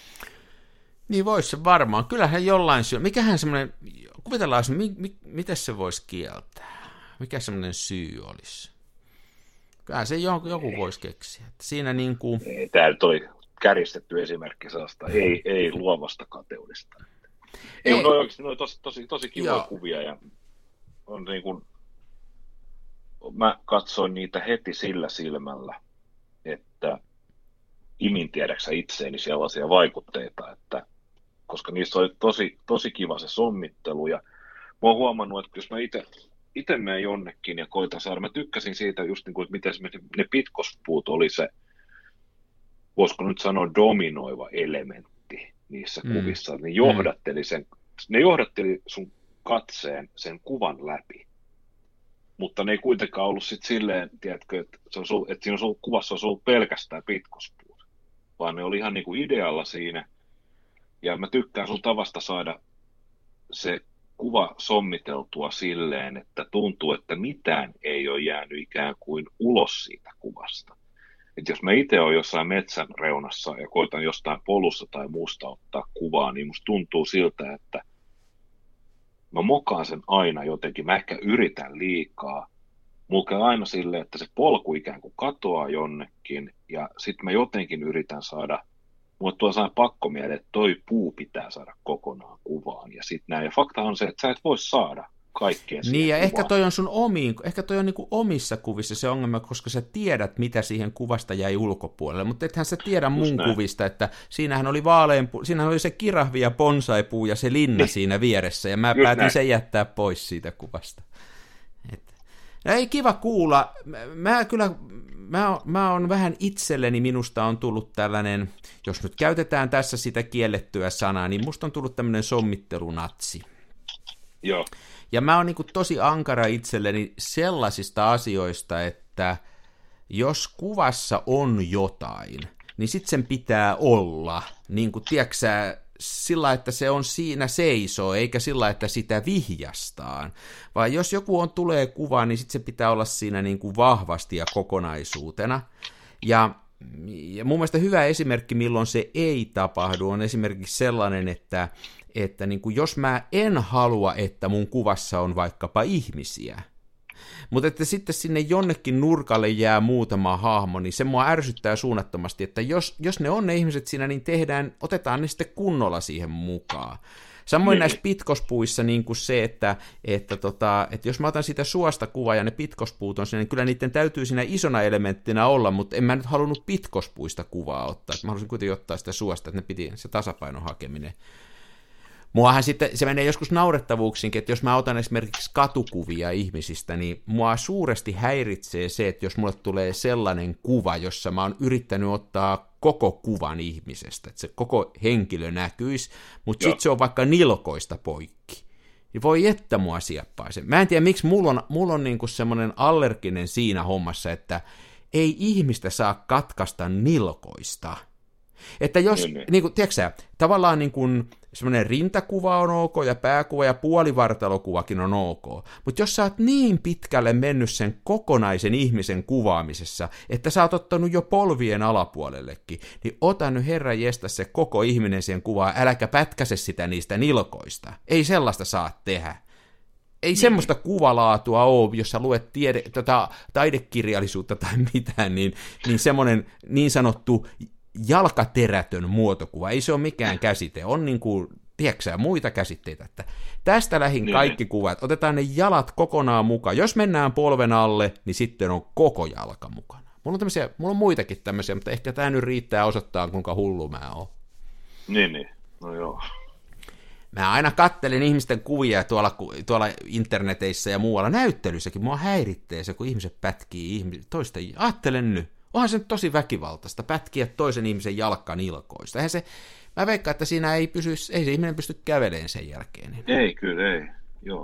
[SPEAKER 2] Niin voisi se varmaan. Kyllähän jollain syy. Mikähän semmoinen, kuvitellaan, mi, mi, miten se voisi kieltää? Mikä semmoinen syy olisi? Kyllähän se joku, joku voisi keksiä. Että siinä niin kuin...
[SPEAKER 3] Tämä nyt oli kärjistetty esimerkki sellaista, ei, ei luovasta kateudesta. Ei, ei. No oikeasti no, tosi, tosi, tosi kivoja Joo. kuvia ja on niin kuin, mä katsoin niitä heti sillä silmällä, että imin tiedäksä itseeni sellaisia vaikutteita, että koska niissä oli tosi, tosi kiva se sommittelu, ja mä oon huomannut, että jos mä itse itse menen jonnekin ja koitan saada, mä tykkäsin siitä just niin kuin, että miten ne pitkospuut oli se, voisiko nyt sanoa dominoiva elementti niissä mm. kuvissa, ne johdatteli, sen, ne johdatteli sun katseen sen kuvan läpi, mutta ne ei kuitenkaan ollut sit silleen, tiedätkö, että, se on sul, että siinä on sul, kuvassa on ollut pelkästään pitkospuut, vaan ne oli ihan niin kuin idealla siinä. Ja mä tykkään sun tavasta saada se kuva sommiteltua silleen, että tuntuu, että mitään ei ole jäänyt ikään kuin ulos siitä kuvasta. Että jos mä itse olen jossain metsän reunassa ja koitan jostain polusta tai muusta ottaa kuvaa, niin musta tuntuu siltä, että mä mokaan sen aina jotenkin. Mä ehkä yritän liikaa. Mulla käy aina silleen, että se polku ikään kuin katoaa jonnekin ja sitten mä jotenkin yritän saada. Mulle tuo saa pakko mieleen, että toi puu pitää saada kokonaan kuvaan. Ja sitten näin. Ja fakta on se, että sä et voi saada. kaikkeen.
[SPEAKER 2] Niin, ja ehkä toi on sun omiin, ehkä toi on niinku omissa kuvissa se ongelma, koska sä tiedät, mitä siihen kuvasta jäi ulkopuolelle, mutta ethän sä tiedä mun Just kuvista, näin. Että siinähän oli vaaleanpuu, siinähän oli se kirahvi ja bonsaipuu ja se linna niin. siinä vieressä, ja mä Just päätin näin. sen jättää pois siitä kuvasta. Et, no ei kiva kuulla, mä kyllä, mä, mä oon vähän itselleni, minusta on tullut tällainen, jos nyt käytetään tässä sitä kiellettyä sanaa, niin musta on tullut tämmöinen sommittelunatsi.
[SPEAKER 3] Joo.
[SPEAKER 2] Ja mä oon niin kuin tosi ankara itselleni sellaisista asioista, että jos kuvassa on jotain, niin sit sen pitää olla, niin kuin tiedätkö sä, sillä, että se on siinä seisoo, eikä sillä, että sitä vihjastaan. Vaan jos joku on, tulee kuvaan, niin sit se pitää olla siinä niin kuin vahvasti ja kokonaisuutena. Ja, ja mun mielestä hyvä esimerkki, milloin se ei tapahdu, on esimerkiksi sellainen, että että niin kuin jos mä en halua, että mun kuvassa on vaikkapa ihmisiä, mutta että sitten sinne jonnekin nurkalle jää muutama hahmo, niin se mua ärsyttää suunnattomasti, että jos, jos ne on ne ihmiset siinä, niin tehdään, otetaan ne sitten kunnolla siihen mukaan. Samoin näissä pitkospuissa niin kuin se, että, että, tota, että jos mä otan siitä suosta kuvaa ja ne pitkospuut on siinä, niin kyllä niiden täytyy siinä isona elementtinä olla, mutta en mä nyt halunnut pitkospuista kuvaa ottaa. Mä halusin kuitenkin ottaa sitä suosta, että ne piti se tasapainon hakeminen. Muahan sitten, se menee joskus naurettavuuksiinkin, että jos mä otan esimerkiksi katukuvia ihmisistä, niin mua suuresti häiritsee se, että jos mulle tulee sellainen kuva, jossa mä oon yrittänyt ottaa koko kuvan ihmisestä, että se koko henkilö näkyisi, mutta sitten se on vaikka nilkoista poikki. Niin voi että mua sieppaisi. Mä en tiedä, miksi mulla on, mulla on niinku semmoinen allerginen siinä hommassa, että ei ihmistä saa katkaista nilkoista. Että jos, niin, niin kuin, tiedätkö sä, tavallaan niin kuin semmoinen rintakuva on ok ja pääkuva ja puolivartalokuvakin on ok, mutta jos sä oot niin pitkälle mennyt sen kokonaisen ihmisen kuvaamisessa, että sä oot ottanut jo polvien alapuolellekin, niin ota nyt herra jestä se koko ihminen siihen kuvaan, äläkä pätkäse sitä niistä nilkoista. Ei sellaista saa tehdä. Ei semmoista kuvalaatua ole, jos sä luet tiede, tota, taidekirjallisuutta tai mitään, niin, niin semmoinen niin sanottu jalkaterätön muotokuva, ei se ole mikään käsite, on niin kuin, tiedätkö muita käsitteitä, että tästä lähin niin. Kaikki kuvat, otetaan ne jalat kokonaan mukaan, jos mennään polven alle, niin sitten on koko jalka mukana. Mulla on, tämmöisiä, mulla on muitakin tämmöisiä, mutta ehkä tämä nyt riittää osoittaa, kuinka hullu mä oon.
[SPEAKER 3] Niin, niin, no joo.
[SPEAKER 2] Mä aina kattelen ihmisten kuvia tuolla, tuolla interneteissä ja muualla näyttelyissäkin, mua häiritsee se, kun ihmiset pätkii ihmiset, toista, ajattelen nyt. Onhan se nyt tosi väkivaltaista, pätkiä toisen ihmisen jalkan ilkoista. Eihän se, mä veikkaan, että siinä ei, pysy, ei se ihminen pysty kävelemään sen jälkeen. Niin.
[SPEAKER 3] Ei, kyllä ei, joo.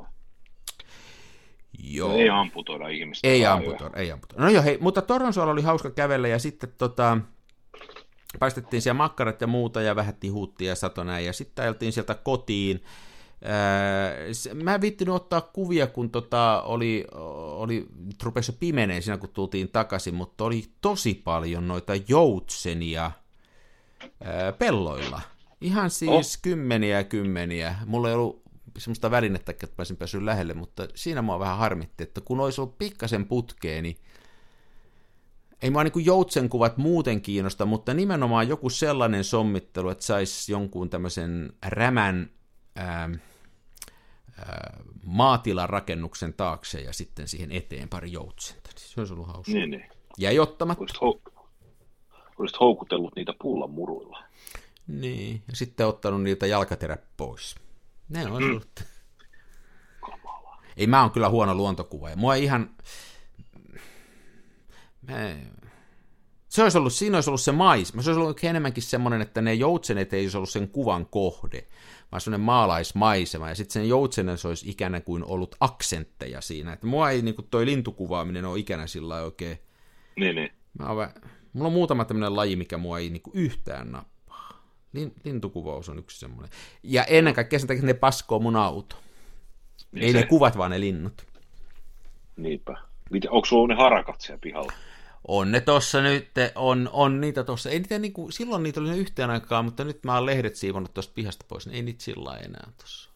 [SPEAKER 2] Joo.
[SPEAKER 3] Ei amputoida ihmistä.
[SPEAKER 2] Ei amputoida, ei amputoida. No joo, hei, mutta Toronsuolla oli hauska kävellä ja sitten tota, paistettiin siellä makkarat ja muuta ja vähän tihuuttiin ja sato näin ja sitten ajeltiin sieltä kotiin. Mä en viittinyt ottaa kuvia, kun tota oli, oli rupesi pimeneen siinä, kun tultiin takaisin, mutta oli tosi paljon noita joutsenia ää, pelloilla. Ihan siis oh. kymmeniä ja kymmeniä. Mulla ei ollut semmoista välinettä, että pääsin päässyt lähelle, mutta siinä mua vähän harmitti, että kun olisi ollut pikkasen putkeen, niin ei mua niin joutsenkuvat muuten kiinnosta, mutta nimenomaan joku sellainen sommittelu, että saisi jonkun tämmöisen rämän ää, ää, maatilan rakennuksen taakse ja sitten siihen eteen pari joutsenta. Se olisi ollut hauska.
[SPEAKER 3] Niin, niin.
[SPEAKER 2] Jäi ottamatta.
[SPEAKER 3] Olisit, hou- olisit houkutellut niitä pullan muruilla.
[SPEAKER 2] Niin, ja sitten ottanut niiltä jalkaterät pois. Ne on mm. ollut.
[SPEAKER 3] Kamala.
[SPEAKER 2] Ei, mä oon kyllä huono luontokuva. Mua ihan... Mä... Se olisi ollut, siinä olisi ollut se maisema. Se olisi ollut enemmänkin semmoinen, että ne joutsenet ei olisi ollut sen kuvan kohde, vaan semmoinen maalaismaisema. Ja sitten sen joutsenen se olisi ikänä kuin ollut aksentteja siinä. Että mua ei niin kuin toi lintukuvaaminen ole ikänä sillä oikein.
[SPEAKER 3] Niin, niin.
[SPEAKER 2] Mä olen... Mulla on muutama tämmöinen laji, mikä mua ei niin kuin yhtään nappaa. Lintukuvaus on yksi semmoinen. Ja ennen kaikkea sen takia, että ne paskoo mun auto. Niin ei se... ne kuvat, vaan ne linnut.
[SPEAKER 3] Niinpä. Mitä, onko sulla ne harakat siellä pihalla?
[SPEAKER 2] On ne tossa nyt, on, on niitä tossa. Ei niitä niinku, silloin niitä oli ne yhteen aikaan, mutta nyt mä oon lehdet siivonnut tosta pihasta pois, niin ei niitä sillä enää tossa.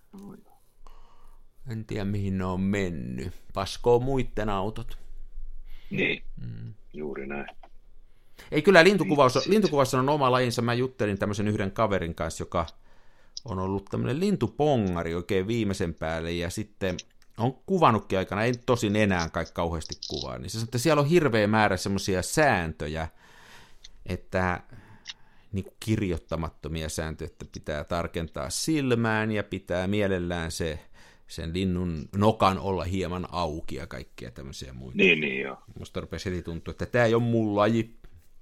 [SPEAKER 2] En tiedä mihin ne on mennyt. Paskoo muitten autot.
[SPEAKER 3] Niin, mm. juuri näin.
[SPEAKER 2] Ei kyllä lintukuvaus, lintukuvassa on oma lajinsa. Mä juttelin tämmöisen yhden kaverin kanssa, joka on ollut tämmöinen lintupongari oikein viimeisen päälle, ja sitten on kuvannutkin aikana, ei tosin enää kaikki kauheasti kuvaa, niin se sanoo, että siellä on hirveä määrä semmoisia sääntöjä, että niin kuin kirjoittamattomia sääntöjä, että pitää tarkentaa silmään ja pitää mielellään se, sen linnun nokan olla hieman auki ja kaikkea tämmöisiä muita.
[SPEAKER 3] Niin, niin joo.
[SPEAKER 2] Musta rupesi heti tuntua, että tämä ei ole mun laji.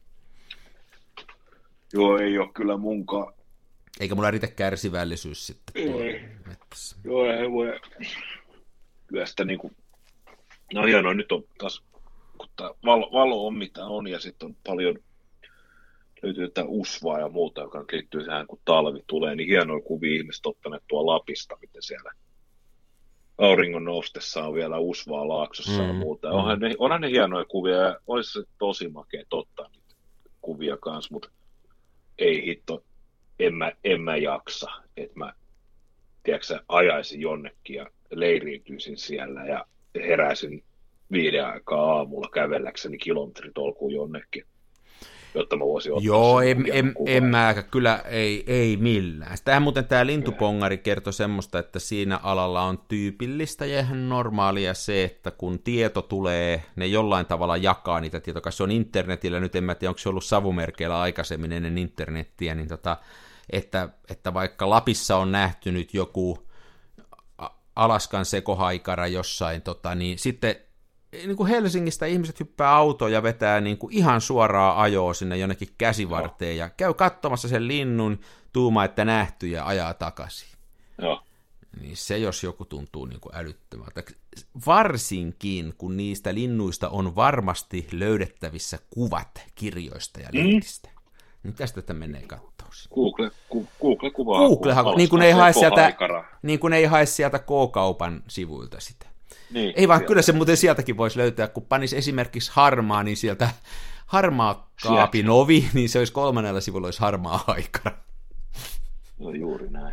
[SPEAKER 3] Joo, ei ole kyllä munkaan.
[SPEAKER 2] Eikä mulla riitä kärsivällisyys sitten.
[SPEAKER 3] Joo, ei. Joo, ei voi. Kyllä sitä niinku, no hienoa, nyt on taas, kun tää valo, valo on mitä on, ja sitten on paljon, löytyy jotain usvaa ja muuta, joka liittyy tähän, kun talvi tulee, niin hienoja kuvia ihmiset ottaneet tuolla Lapista, miten siellä auringon noustessa on vielä usvaa laaksossa mm. ja muuta. Onhan ne, onhan ne hienoja kuvia, ja olisi se tosi makea ottaa niitä kuvia kanssa, mutta ei hitto, en mä, en mä jaksa, että mä, tiedätkö, ajaisin jonnekin ja leiriytyisin siellä ja heräisin viiden aikaa aamulla kävelläkseni kilometritolkuun jonnekin, jotta mä voisin ottaa.
[SPEAKER 2] Joo, en, en, en mä, kyllä ei, ei millään. Tähän muuten tämä lintupongari kertoi semmoista, että siinä alalla on tyypillistä ja ihan normaalia se, että kun tieto tulee, ne jollain tavalla jakaa niitä tietoja, se on internetillä, nyt en mä tiedä, onko se ollut savumerkeillä aikaisemmin ennen internettiä, niin tota, että, että vaikka Lapissa on nähty nyt joku Alaskan sekohaikara jossain, tota, niin sitten niin kuin Helsingistä ihmiset hyppää autoon ja vetää niin kuin ihan suoraa ajoa sinne jonnekin käsivarteen ja käy katsomassa sen linnun, tuuma, että nähty ja ajaa takaisin.
[SPEAKER 3] Joo.
[SPEAKER 2] Niin se jos joku tuntuu niin kuin älyttömältä. Varsinkin, kun niistä linnuista on varmasti löydettävissä kuvat kirjoista ja lehdistä. Mm. Niin tästä tätä menee katsoa.
[SPEAKER 3] Google, Google kuvaa.
[SPEAKER 2] Google, niin kuin ei hae sieltä, niin kuin ei hae sieltä K-kaupan sivuilta sitä.
[SPEAKER 3] Niin,
[SPEAKER 2] ei vaan, kyllä se muuten sieltäkin voisi löytää, kun panisi esimerkiksi harmaa, niin sieltä harmaa kaapin ovi, niin se olisi kolmannella sivulla olisi harmaa haikara.
[SPEAKER 3] No juuri näin.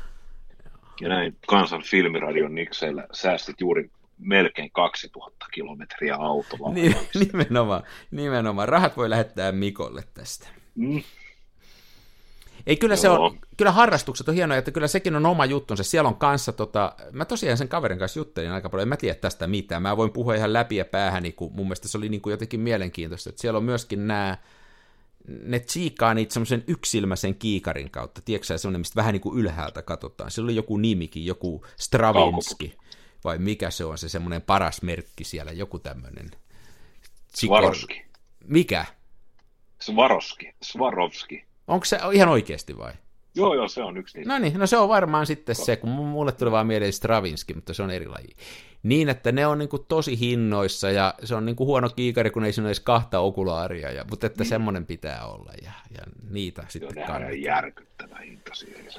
[SPEAKER 3] Ja näin Kansan filmiradion nikseillä säästit juuri melkein kaksituhatta kilometriä autolla.
[SPEAKER 2] Niin, nimenomaan, nimenomaan. Rahat voi lähettää Mikolle tästä.
[SPEAKER 3] Mm.
[SPEAKER 2] Ei, kyllä, se on, kyllä harrastukset on hienoja, että kyllä sekin on oma juttunsa. Siellä on kanssa, tota, mä tosiaan sen kaverin kanssa juttelin aika paljon, en mä tiedä tästä mitään. Mä voin puhua ihan läpi ja päähäni, kun mun mielestä se oli niin kuin jotenkin mielenkiintoista. Että siellä on myöskin nämä, ne tsiikaa niitä semmoisen yksilmäisen kiikarin kautta. Tiedätkö semmoinen, mistä vähän niin kuin ylhäältä katsotaan. Siellä oli joku nimikin, joku Stravinski, vai mikä se on se semmoinen paras merkki siellä, joku tämmöinen.
[SPEAKER 3] Swarovski.
[SPEAKER 2] Mikä?
[SPEAKER 3] Swarovski. Swarovski.
[SPEAKER 2] Onko se ihan oikeasti vai?
[SPEAKER 3] Joo, joo, se on yksi niitä.
[SPEAKER 2] No niin, no se on varmaan sitten se, kun mulle tuli vaan mieleen Stravinski, mutta se on eri laji. Niin, että ne on niin kuin tosi hinnoissa, ja se on niin kuin huono kiikari, kun ei sinne edes kahta okulaaria, ja, mutta että mm. semmoinen pitää olla, ja, ja niitä sitten kannattaa.
[SPEAKER 3] Joo, ne on järkyttävä hinta siihen.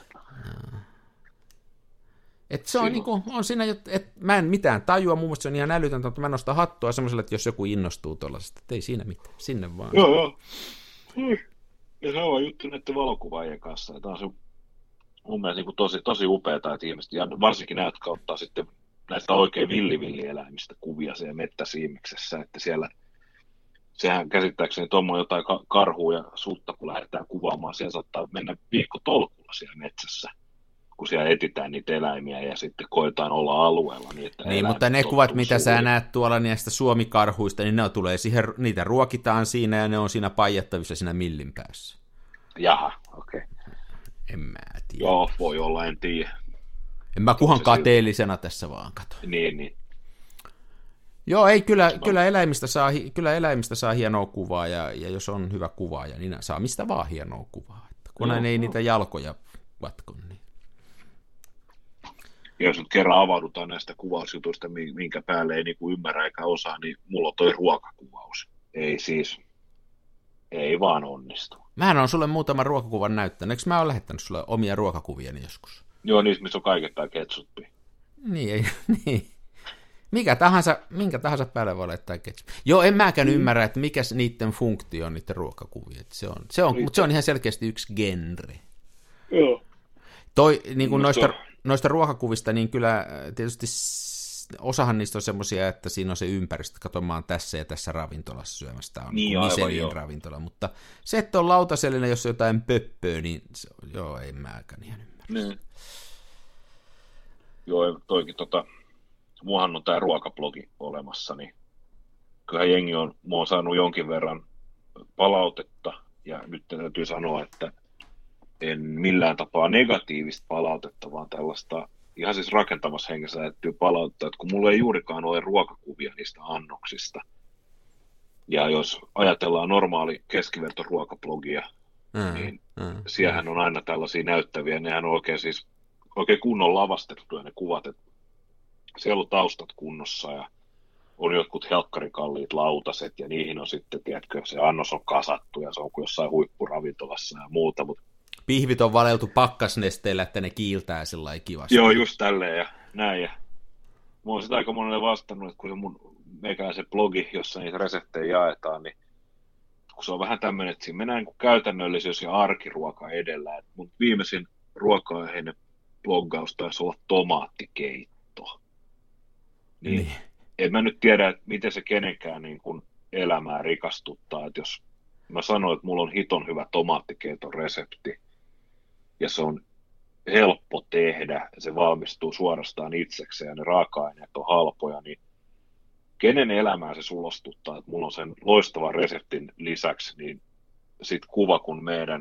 [SPEAKER 2] Että se on, niin kuin, on siinä, että mä en mitään tajua, mun mielestä se on ihan älytöntä, mutta mä nostan hattua semmoiselle, että jos joku innostuu tuollaisesta, että ei siinä mitään, sinne vaan.
[SPEAKER 3] Joo, joo. Hmm. Ja se on juttu näiden valokuvaajien kanssa. Tämä on se mun mielestä niin tosi, tosi upeata, että ihmiset, ja varsinkin nämä, jotka ottaa sitten näistä oikein villivillieläimistä kuvia siellä mettäsiimiksessä, että siellä, sehän käsittääkseni tuommoinen jotain karhua ja sutta, kun lähdetään kuvaamaan, siellä saattaa mennä viikko tolkulla siellä metsässä, kun siellä etsitään niitä eläimiä ja sitten koetaan olla alueella. Niin, että
[SPEAKER 2] niin mutta ne kuvat, mitä sä näet tuolla näistä suomikarhuista, niin ne tulee siihen, niitä ruokitaan siinä ja ne on siinä paijattavissa siinä millin päässä.
[SPEAKER 3] Jaha, okei. Okay.
[SPEAKER 2] En mä tiedä.
[SPEAKER 3] Joo, voi olla, en tiedä.
[SPEAKER 2] En mä kuhan kateellisena tässä vaan kato.
[SPEAKER 3] Niin, niin.
[SPEAKER 2] Joo, ei, kyllä, no. kyllä, eläimistä saa, kyllä eläimistä saa hienoa kuvaa, ja, ja jos on hyvä kuvaaja, niin saa mistä vaan hienoa kuvaa. Että kun no, ei no. niitä jalkoja vatkon, niin.
[SPEAKER 3] Jos nyt kerran avaudutaan näistä kuvausjutuista, minkä päälle ei niinku ymmärrä eikä osaa, niin mulla on toi ruokakuvaus. Ei siis, ei vaan onnistu.
[SPEAKER 2] Mähän on sulle muutaman ruokakuvan näyttänyt. Eikö mä ole lähettänyt sulle omia ruokakuviani joskus?
[SPEAKER 3] Joo, niissä missä on kaikettaan ketsuppi.
[SPEAKER 2] Niin, ei, niin. Mikä tahansa, minkä tahansa päälle voi laittaa ketsuppi. Joo, en mäkään mm. ymmärrä, että mikä niiden funktio on niiden ruokakuvia. Se on, se on, mutta se on ihan selkeästi yksi genre.
[SPEAKER 3] Joo.
[SPEAKER 2] Toi, niin kuin noista, noista ruokakuvista, niin kyllä tietysti osahan niistä on semmoisia, että siinä on se ympäristö, että katsomaan tässä ja tässä ravintolassa syömästä on niin Michelin ravintola, mutta se, että on lautasellinen, jos on jotain pöppöä, niin se, joo, ei mäkään ihan ymmärrä.
[SPEAKER 3] Niin. Joo, toikin tota, muahan on tää ruokablogi olemassa, niin kyllähän jengi on, mua on saanut jonkin verran palautetta, ja nyt täytyy sanoa, että en millään tapaa negatiivista palautetta, vaan tällaista ihan siis rakentamassa hengessä täytyy palautetta, että kun mulla ei juurikaan ole ruokakuvia niistä annoksista, ja jos ajatellaan normaali keskivertoruokablogia, mm, niin mm, siellähän mm. on aina tällaisia näyttäviä, nehän on oikein siis oikein kunnon lavastettuja ne kuvat, että siellä on taustat kunnossa ja on jotkut helkkarikalliit lautaset ja niihin on sitten, tiedätkö, se annos on kasattu ja se on kuin jossain huippuravintolassa ja muuta. Mutta
[SPEAKER 2] pihvit on valeltu pakkasnesteillä, että ne kiiltää sillä kivasti.
[SPEAKER 3] Joo, just tälleen ja näin. Ja mä oon sitä aika monelle vastannut, että kun se mun meikäläisen blogi, jossa niitä reseptejä jaetaan, niin kun se on vähän tämmöinen, että siinä mennään niin käytännöllisyys ja arkiruoka edellä. Että mun viimeisin ruoka-aiheinen bloggaus taisi olla tomaattikeitto. Niin, niin. En mä nyt tiedä, että miten se kenenkään niin kuin elämää rikastuttaa. Että jos mä sanoin, että mulla on hiton hyvä tomaattikeiton resepti ja se on helppo tehdä, se valmistuu suorastaan itsekseen ja ne raaka-aineet on halpoja, niin kenen elämää se sulostuttaa, että mulla on sen loistavan reseptin lisäksi niin sit kuva, kun meidän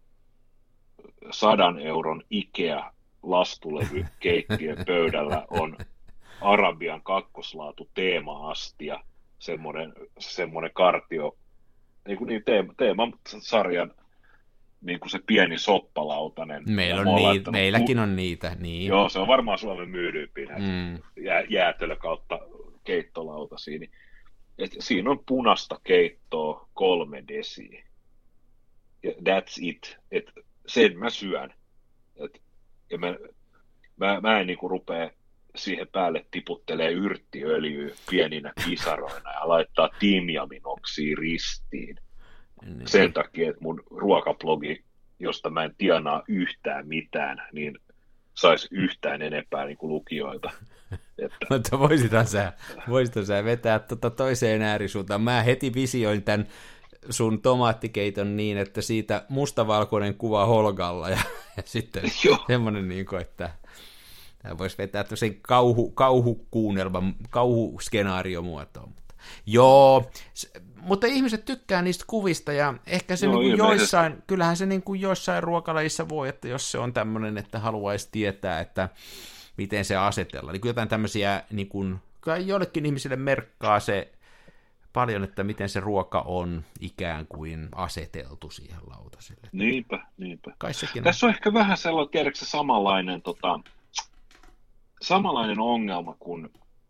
[SPEAKER 3] sadan euron Ikea lastulevy keittiön pöydällä on Arabian kakkoslaatu teema-astia, semmoinen, semmoinen kartio, niin kuin niin teema, teemasarjan niin kuin se pieni soppalautanen.
[SPEAKER 2] Meillä on niitä, meilläkin on niitä. Niin.
[SPEAKER 3] Joo, se on varmaan Suomen myydympiä näitä mm. jää, jäätelö kautta keittolautasia. Niin, et siinä on punaista keittoa kolme desiä. Ja that's it. Et sen mä syön. Et, ja mä, mä, mä en niinku rupea siihen päälle tiputtelee yrttiöljyä pieninä kisaroina ja laittaa timjaminoksia ristiin. Niin. Sen takia, että mun ruokablogi, josta mä en tienaa yhtään mitään, niin saisi yhtään enempää niin kuin lukijoita. Että
[SPEAKER 2] mutta voisithan sä, voisithan sä vetää tuota toiseen äärisuuntaan. Mä heti visioin tämän sun tomaattikeiton niin, että siitä mustavalkoinen kuva Holgalla ja, ja sitten semmoinen, niin kuin, että voisi vetää sen kauhu, kauhukuunnelman, kauhuskenaariomuotoon. Joo, mutta ihmiset tykkää niistä kuvista ja ehkä se no, niin kuin joissain, kyllähän se niin kuin joissain ruokalajissa voi, että jos se on tämmöinen, että haluaisi tietää, että miten se asetellaan. Niin kuin jotain tämmöisiä, niin kuin, jollekin ihmisille merkkaa se paljon, että miten se ruoka on ikään kuin aseteltu siihen lautaselle.
[SPEAKER 3] Niinpä, niinpä.
[SPEAKER 2] Kai sekin on.
[SPEAKER 3] Tässä on ehkä vähän sellainen, tiedätkö samanlainen, tota, samanlainen ongelma kuin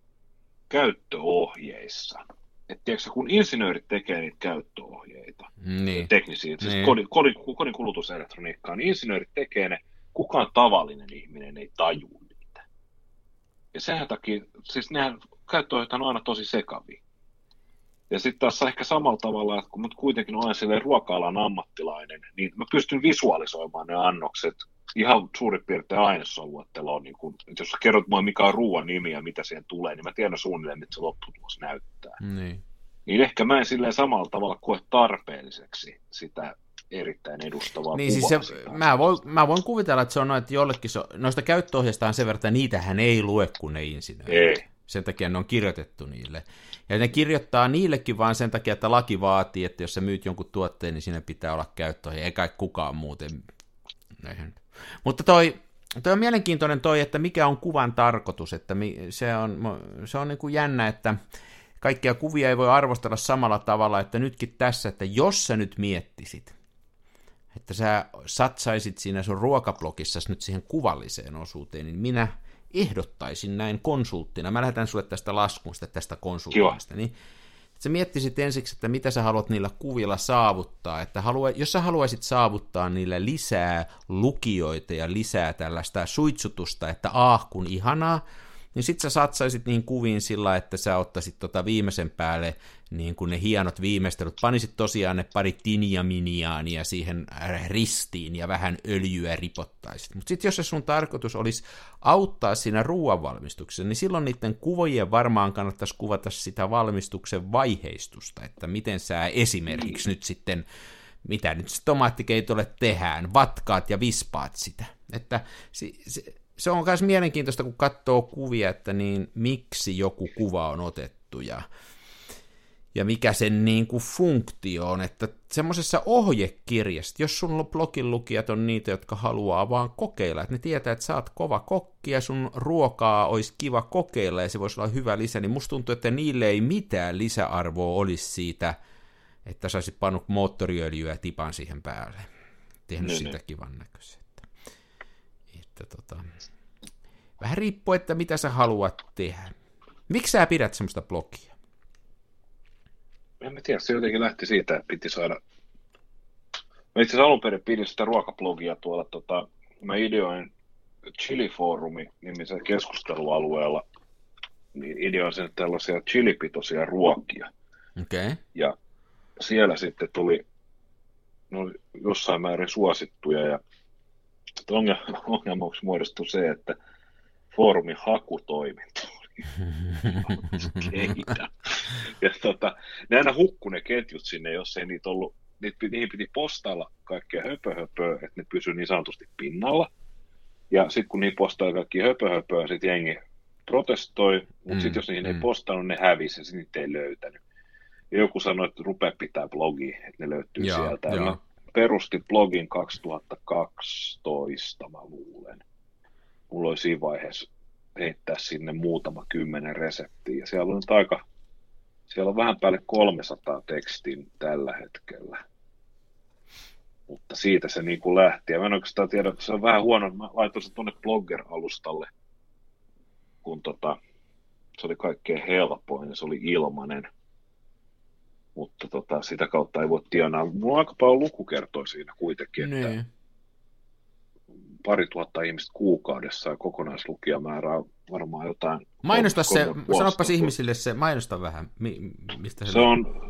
[SPEAKER 3] käyttöohjeissa. Että tiedätkö, kun insinöörit tekee niitä käyttöohjeita,
[SPEAKER 2] niin.
[SPEAKER 3] teknisiä, siis
[SPEAKER 2] niin.
[SPEAKER 3] kodin, kodin, kodin kulutuselektroniikkaa, niin insinöörit tekee ne, kukaan tavallinen ihminen ei tajua niitä. Ja sen takia, siis nehän käyttöohjeet on aina tosi sekavia. Ja sitten taas ehkä samalla tavalla, että kun mä kuitenkin olen silleen ruoka-alan ammattilainen, niin mä pystyn visualisoimaan ne annokset ihan suurin piirtein ainesoluetteloon. Niin kun, jos sä kerrot mua, mikä on ruoan nimi ja mitä siihen tulee, niin mä tiedän suunnilleen, mitä se lopputulos näyttää.
[SPEAKER 2] Niin.
[SPEAKER 3] Niin ehkä mä en silleen samalla tavalla koe tarpeelliseksi sitä erittäin edustavaa
[SPEAKER 2] niin, siis se, mä, voin, mä voin kuvitella, että se on noin, että jollekin se, noista käyttöohjeista on sen verran, että niitähän ei lue, kun ne insinöörit.
[SPEAKER 3] Ei.
[SPEAKER 2] Sen takia ne on kirjoitettu niille. Ja ne kirjoittaa niillekin vaan sen takia, että laki vaatii, että jos sä myyt jonkun tuotteen, niin siinä pitää olla käyttöohje. Ei kai kukaan muuten. Mutta toi, toi on mielenkiintoinen toi, että mikä on kuvan tarkoitus. Että se on, se on niin kuin jännä, että kaikkia kuvia ei voi arvostella samalla tavalla, että nytkin tässä, että jos sä nyt miettisit, että sä satsaisit siinä sun ruokablogissa nyt siihen kuvalliseen osuuteen, niin minä ehdottaisin näin konsulttina, mä lähetän sulle tästä laskusta, tästä konsultoinnista, niin sä miettisit ensiksi, että mitä sä haluat niillä kuvilla saavuttaa, että halua, jos sä haluaisit saavuttaa niillä lisää lukijoita ja lisää tällaista suitsutusta, että aah kun ihanaa, niin sit sä satsaisit niihin kuviin sillä, että sä ottaisit tota viimeisen päälle niin kuin ne hienot viimeistelyt, panisit tosiaan ne pari tinjaminiaania siihen ristiin ja vähän öljyä ripottaisit. Mutta sitten jos se sun tarkoitus olisi auttaa siinä ruoanvalmistuksessa, niin silloin niiden kuvojien varmaan kannattaisi kuvata sitä valmistuksen vaiheistusta, että miten sä esimerkiksi nyt sitten mitä nyt se tomaattikeitolle tehdään, vatkaat ja vispaat sitä. Että se, se, se on myös mielenkiintoista, kun katsoo kuvia, että niin miksi joku kuva on otettu ja, ja mikä sen niin kuin funktio on, että semmoisessa ohjekirjassa, jos sun blogin lukijat on niitä, jotka haluaa vaan kokeilla, että ne tietää, että sä oot kova kokki ja sun ruokaa olisi kiva kokeilla ja se voisi olla hyvä lisä, niin musta tuntuu, että niille ei mitään lisäarvoa olisi siitä, että sä olisit pannut moottoriöljyä ja tipan siihen päälle. Tehnyt
[SPEAKER 3] niin,
[SPEAKER 2] sitä
[SPEAKER 3] niin.
[SPEAKER 2] kivan näköistä. Että, tota, vähän riippuu, että mitä sä haluat tehdä. Miksi sä pidät semmoista blogia?
[SPEAKER 3] En mä tiedä, se jotenkin lähti siitä, että piti saada... Mä itse asiassa alun perin pidin sitä ruokablogia tuolla, tota, mä ideoin Chili-foorumi nimisellä keskustelualueella, niin ideoin sen tällaisia chilipitoisia ruokia.
[SPEAKER 2] Okei. Okay.
[SPEAKER 3] Ja siellä sitten tuli no, jossain määrin suosittuja, ja ongelmaksi muodostui se, että foorumin hakutoiminta keitä. Ja tota, ne aina hukku ne ketjut sinne, jos ei niitä ollut, niitä, niihin piti postailla kaikkea höpöhöpöä, että ne pysyy niin sanotusti pinnalla. Ja sitten kun niihin postailla kaikki höpöhöpöä, sitten jengi protestoi, mutta mm, sitten jos niihin mm. ei postannut, ne hävisi ja sitten niitä ei löytänyt. Ja joku sanoi, että rupea pitää blogia, että ne löytyy ja, sieltä. Ja mä perustin blogin kaksituhattakaksitoista, mä luulen. Mulla oli siinä vaiheessa heittää sinne muutama kymmenen reseptiä. Ja siellä on nyt aika, siellä on vähän päälle kolmesataa tekstiä tällä hetkellä. Mutta siitä se niin kuin lähti. Ja mä en oikeastaan tiedä, että se on vähän huono. Mä laitoin sen tuonne Blogger-alustalle, kun tota, se oli kaikkein helpoin ja se oli ilmainen. Mutta tota, sitä kautta ei voi tienaa. Mulla on aika paljon lukukertoja siinä kuitenkin, että niin. Pari tuhatta ihmistä kuukaudessa ja kokonaislukijamäärä on varmaan jotain.
[SPEAKER 2] Mainosta se, sanopas ihmisille se, mainosta vähän, mi, mistä se,
[SPEAKER 3] se on,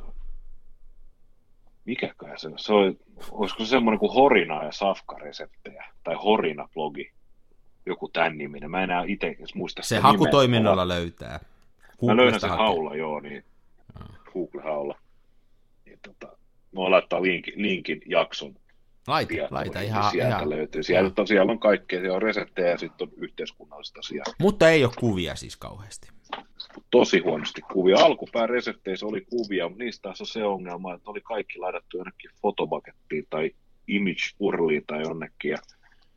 [SPEAKER 3] mikäkään se, se on, olisiko se semmoinen kuin Horina ja Safka-reseptejä, tai Horina-blogi, joku tämän niminen, mä enää itse edes muista
[SPEAKER 2] sitä. Se hakutoiminnalla nimeä. Löytää.
[SPEAKER 3] Googlesta mä löydän sen hakee. Haulla, joo, niin no. Google-haulla. Niin, tota, mä voin laittaa linkin, linkin jakson.
[SPEAKER 2] Laita, laita ihan.
[SPEAKER 3] Sieltä
[SPEAKER 2] ihan,
[SPEAKER 3] löytyy. Siellä, on, siellä on kaikkea, siellä on reseptejä ja sitten on yhteiskunnallista asiaa.
[SPEAKER 2] Mutta ei ole kuvia siis kauheasti.
[SPEAKER 3] Tosi huonosti kuvia. Alkupään resepteissä oli kuvia, mutta niistä taas on se ongelma, että oli kaikki laitettu jonnekin fotopakettiin tai image-urliin tai jonnekin. Ja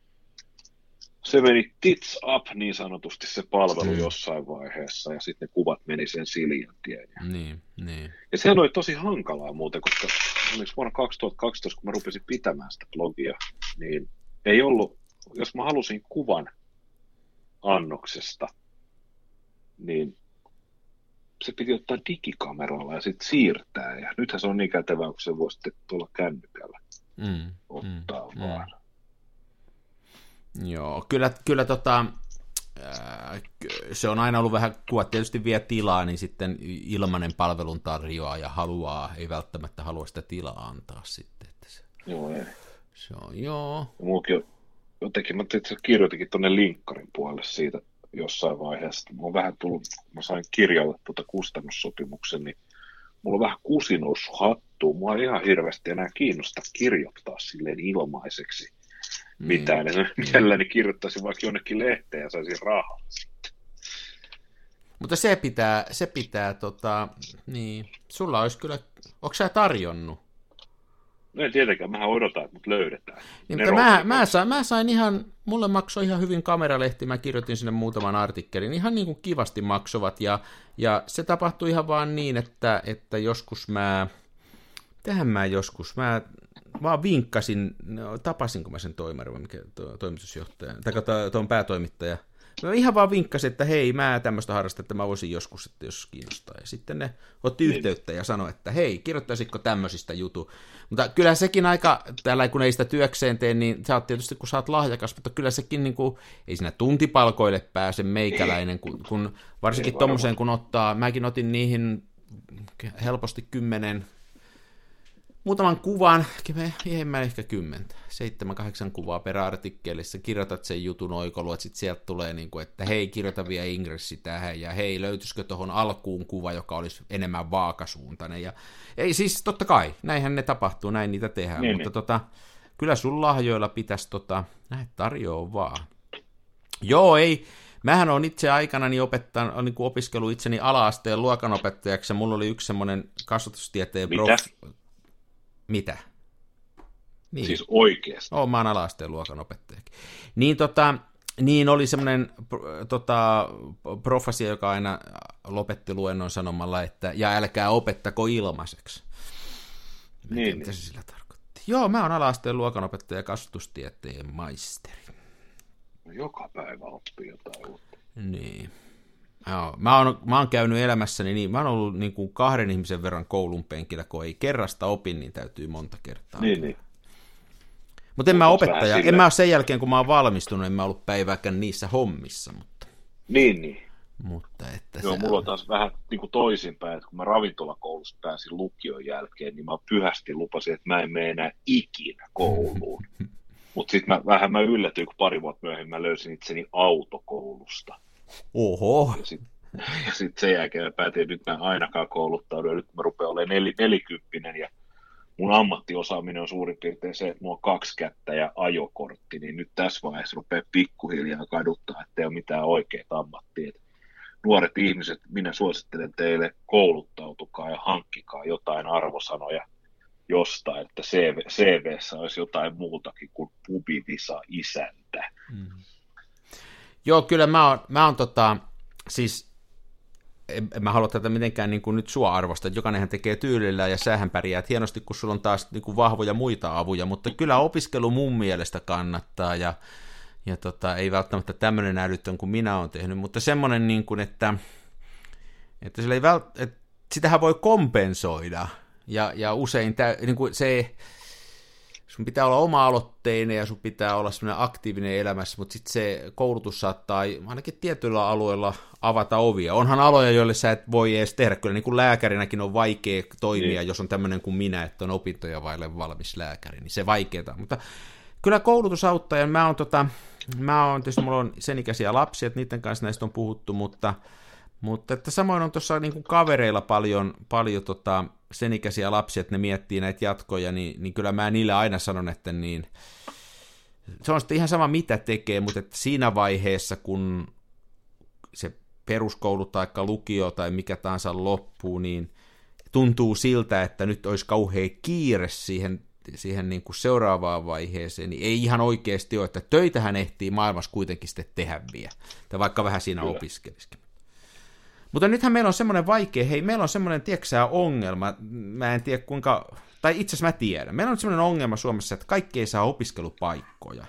[SPEAKER 3] se meni tits up niin sanotusti se palvelu mm. jossain vaiheessa ja sitten ne kuvat meni sen siljentien.
[SPEAKER 2] Niin, niin.
[SPEAKER 3] Ja sehän oli tosi hankalaa muuten, koska vuonna kaksituhattakaksitoista, kun mä rupesin pitämään sitä blogia, niin ei ollut, jos mä halusin kuvan annoksesta, niin se piti ottaa digikameralla ja sitten siirtää. Ja nythän se on niin kätevää, kun se voi sitten tuolla kännykällä mm, ottaa mm, vaan.
[SPEAKER 2] Mm. Joo, kyllä, kyllä tota, ää, se on aina ollut vähän, kun tietysti vie tilaa, niin sitten ilmainen palvelun tarjoaa ja haluaa, ei välttämättä halua sitä tilaa antaa sitten. Että se,
[SPEAKER 3] joo, ei.
[SPEAKER 2] Se on, joo.
[SPEAKER 3] Muukin jotenkin, mä kirjoitinkin tuonne linkkarin puolelle siitä jossain vaiheessa. Mä oon vähän tullut, mä sain kirjalle tuota kustannussopimuksen, niin mulla on vähän kusi noussut hattuun. Mua ei ihan hirveästi enää kiinnosta kirjoittaa silleen ilmaiseksi mitään. Mm. Ja mielelläni kirjoittaisin vaikka jonnekin lehteen ja saisin rahaa sitten.
[SPEAKER 2] Mutta se pitää, se pitää tota, niin, sulla olisi kyllä, onko sä tarjonnut?
[SPEAKER 3] No ei tietenkään, mähän odotan, että mut löydetään.
[SPEAKER 2] Niin, mä, mä, sain, mä sain ihan, mulle maksoi ihan hyvin kameralehti, mä kirjoitin sinne muutaman artikkelin, ihan niin kuin kivasti maksovat, ja, ja se tapahtui ihan vaan niin, että, että joskus mä, tähän mä joskus, mä vaan vinkkasin, no, tapasinko mä sen toimarin, vai mikä to, toimitusjohtaja, tai tuon päätoimittaja, mä ihan vaan vinkkasin, että hei, mä tämmöistä harrastan, että mä voisin joskus, että jos kiinnostaa. Ja sitten ne otti niin yhteyttä ja sanoi, että hei, kirjoittaisitko tämmöisistä jutu. Mutta kyllä sekin aika, täällä kun ei sitä työkseen tee, niin sä oot tietysti, kun sä oot lahjakas, mutta kyllä sekin niin kuin, ei siinä tuntipalkoille pääse meikäläinen, kun, kun varsinkin tommoseen kun ottaa, mäkin otin niihin helposti kymmenen, muutaman kuvan, ei mä ehkä kymmentä, seitsemän, kahdeksan kuvaa per artikkelissa, kirjoitat sen jutun oikolu, että sitten sieltä tulee, niin kuin, että hei, kirjoita vielä ingressi tähän, ja hei, löytyisikö tuohon alkuun kuva, joka olisi enemmän vaakasuuntainen, ja ei siis totta kai, näinhän ne tapahtuu, näin niitä tehdään, niin, mutta niin. Tota, kyllä sun lahjoilla pitäisi, tota, näin tarjoa vaan. Joo, ei, mähän olen itse aikanani opettanut, niin kuin opiskellut itseni ala-asteen luokanopettajaksi, ja mulla oli yksi semmoinen kasvatustieteen
[SPEAKER 3] Mitä?
[SPEAKER 2] prof... Mitä? Niin.
[SPEAKER 3] Siis oikeasti?
[SPEAKER 2] Oon, mä oon ala-asteen luokanopettajakin. Niin, tota, niin oli semmoinen tota, professori, joka aina lopetti luennon sanomalla, että ja älkää opettako ilmaiseksi. Niin, mitä niin. se sillä tarkoitti? Joo, mä oon ala-asteen luokanopettaja ja kasvatustieteen maisteri.
[SPEAKER 3] Joka päivä oppii jotain uutta.
[SPEAKER 2] Niin. Joo, mä, oon, mä oon käynyt elämässäni niin, mä oon ollut niin kuin kahden ihmisen verran koulun penkillä, kun ei kerrasta opin, niin täytyy monta kertaa.
[SPEAKER 3] Niin, niin.
[SPEAKER 2] Mutta en mä opettaja, en mä ole sen jälkeen, kun mä oon valmistunut, en mä ollut päivääkään niissä hommissa. Mutta,
[SPEAKER 3] niin, niin.
[SPEAKER 2] Mutta että
[SPEAKER 3] Joo,
[SPEAKER 2] se
[SPEAKER 3] mulla on
[SPEAKER 2] on
[SPEAKER 3] taas vähän niin kuin toisinpäin, että kun mä ravintolakoulusta pääsin lukion jälkeen, niin mä pyhästi lupasin, että mä en mene enää ikinä kouluun. Mutta sitten mä, vähän mä yllätyin, kun pari vuotta myöhemmin mä löysin itseni autokoulusta.
[SPEAKER 2] Oho.
[SPEAKER 3] Ja sitten sit sen jälkeen mä päätin, että nyt mä en ainakaan kouluttaudun, ja nyt mä rupean olemaan nel, nelikymppinen, ja mun ammattiosaaminen on suurin piirtein se, että mulla on kaksi kättä ja ajokortti, niin nyt tässä vaiheessa rupeaa pikkuhiljaa kaduttaa, ettei ole mitään oikeaa ammattia. Et nuoret ihmiset, minä suosittelen teille, kouluttautukaa ja hankkikaa jotain arvosanoja jostain, että C V, C V:ssä olisi jotain muutakin kuin pubivisa isäntä.
[SPEAKER 2] Mm. Joo, kyllä mä oon, mä oon tota, siis en, en mä halua tätä mitenkään niin kuin nyt sua arvosta, että jokainenhan tekee tyylillä ja sähän pärjäät hienosti, kun sulla on taas niin kuin vahvoja muita avuja, mutta kyllä opiskelu mun mielestä kannattaa ja, ja tota, ei välttämättä tämmöinen älytön kuin minä olen tehnyt, mutta semmoinen, niin kuin, että, että, sillä ei vält, että sitähän voi kompensoida ja, ja usein tä, niin kuin se, sun pitää olla oma-aloitteinen ja sun pitää olla semmoinen aktiivinen elämässä, mutta sitten se koulutus saattaa ainakin tietyillä alueilla avata ovia. Onhan aloja, joille sä et voi edes tehdä. Kyllä niin kuin lääkärinäkin on vaikea toimia, niin. Jos on tämmöinen kuin minä, että on opintoja vaille valmis lääkäri, niin se vaikeaa. Mutta kyllä koulutus auttaa, ja mä oon, tota, mä oon tietysti, mulla on sen ikäisiä lapsia, että niiden kanssa näistä on puhuttu, mutta, mutta että samoin on tuossa niin kuin kavereilla paljon, paljon tota, sen ikäisiä lapsia, että ne miettii näitä jatkoja, niin, niin kyllä mä niille aina sanon, että niin, se on sitten ihan sama mitä tekee, mutta että siinä vaiheessa, kun se peruskoulu tai lukio tai mikä tahansa loppuu, niin tuntuu siltä, että nyt olisi kauhean kiire siihen, siihen niin kuin seuraavaan vaiheeseen, niin ei ihan oikeasti ole, että töitähän ehtii maailmassa kuitenkin sitten tehdä vielä, tai vaikka vähän siinä opiskelisikin. Mutta nythän meillä on semmoinen vaikea, hei, meillä on semmoinen, tiedätkö ongelma, mä en tiedä kuinka, tai itse asiassa mä tiedän, meillä on semmoinen ongelma Suomessa, että kaikki ei saa opiskelupaikkoja.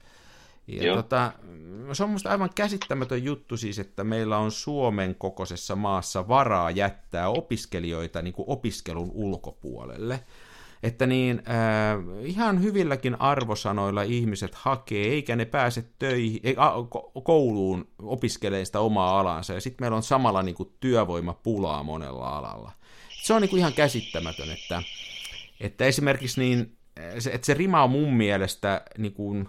[SPEAKER 2] Ja tota, se on musta aivan käsittämätön juttu siis, että meillä on Suomen kokoisessa maassa varaa jättää opiskelijoita niin kuin opiskelun ulkopuolelle. Että niin, äh, ihan hyvilläkin arvosanoilla ihmiset hakee, eikä ne pääse töihin, ei, a, kouluun opiskelemaan sitä omaa alansa, ja sitten meillä on samalla niin kuin työvoimapulaa monella alalla. Se on niin kuin ihan käsittämätön, että, että esimerkiksi niin, se, että se rima on mun mielestä, niin kuin,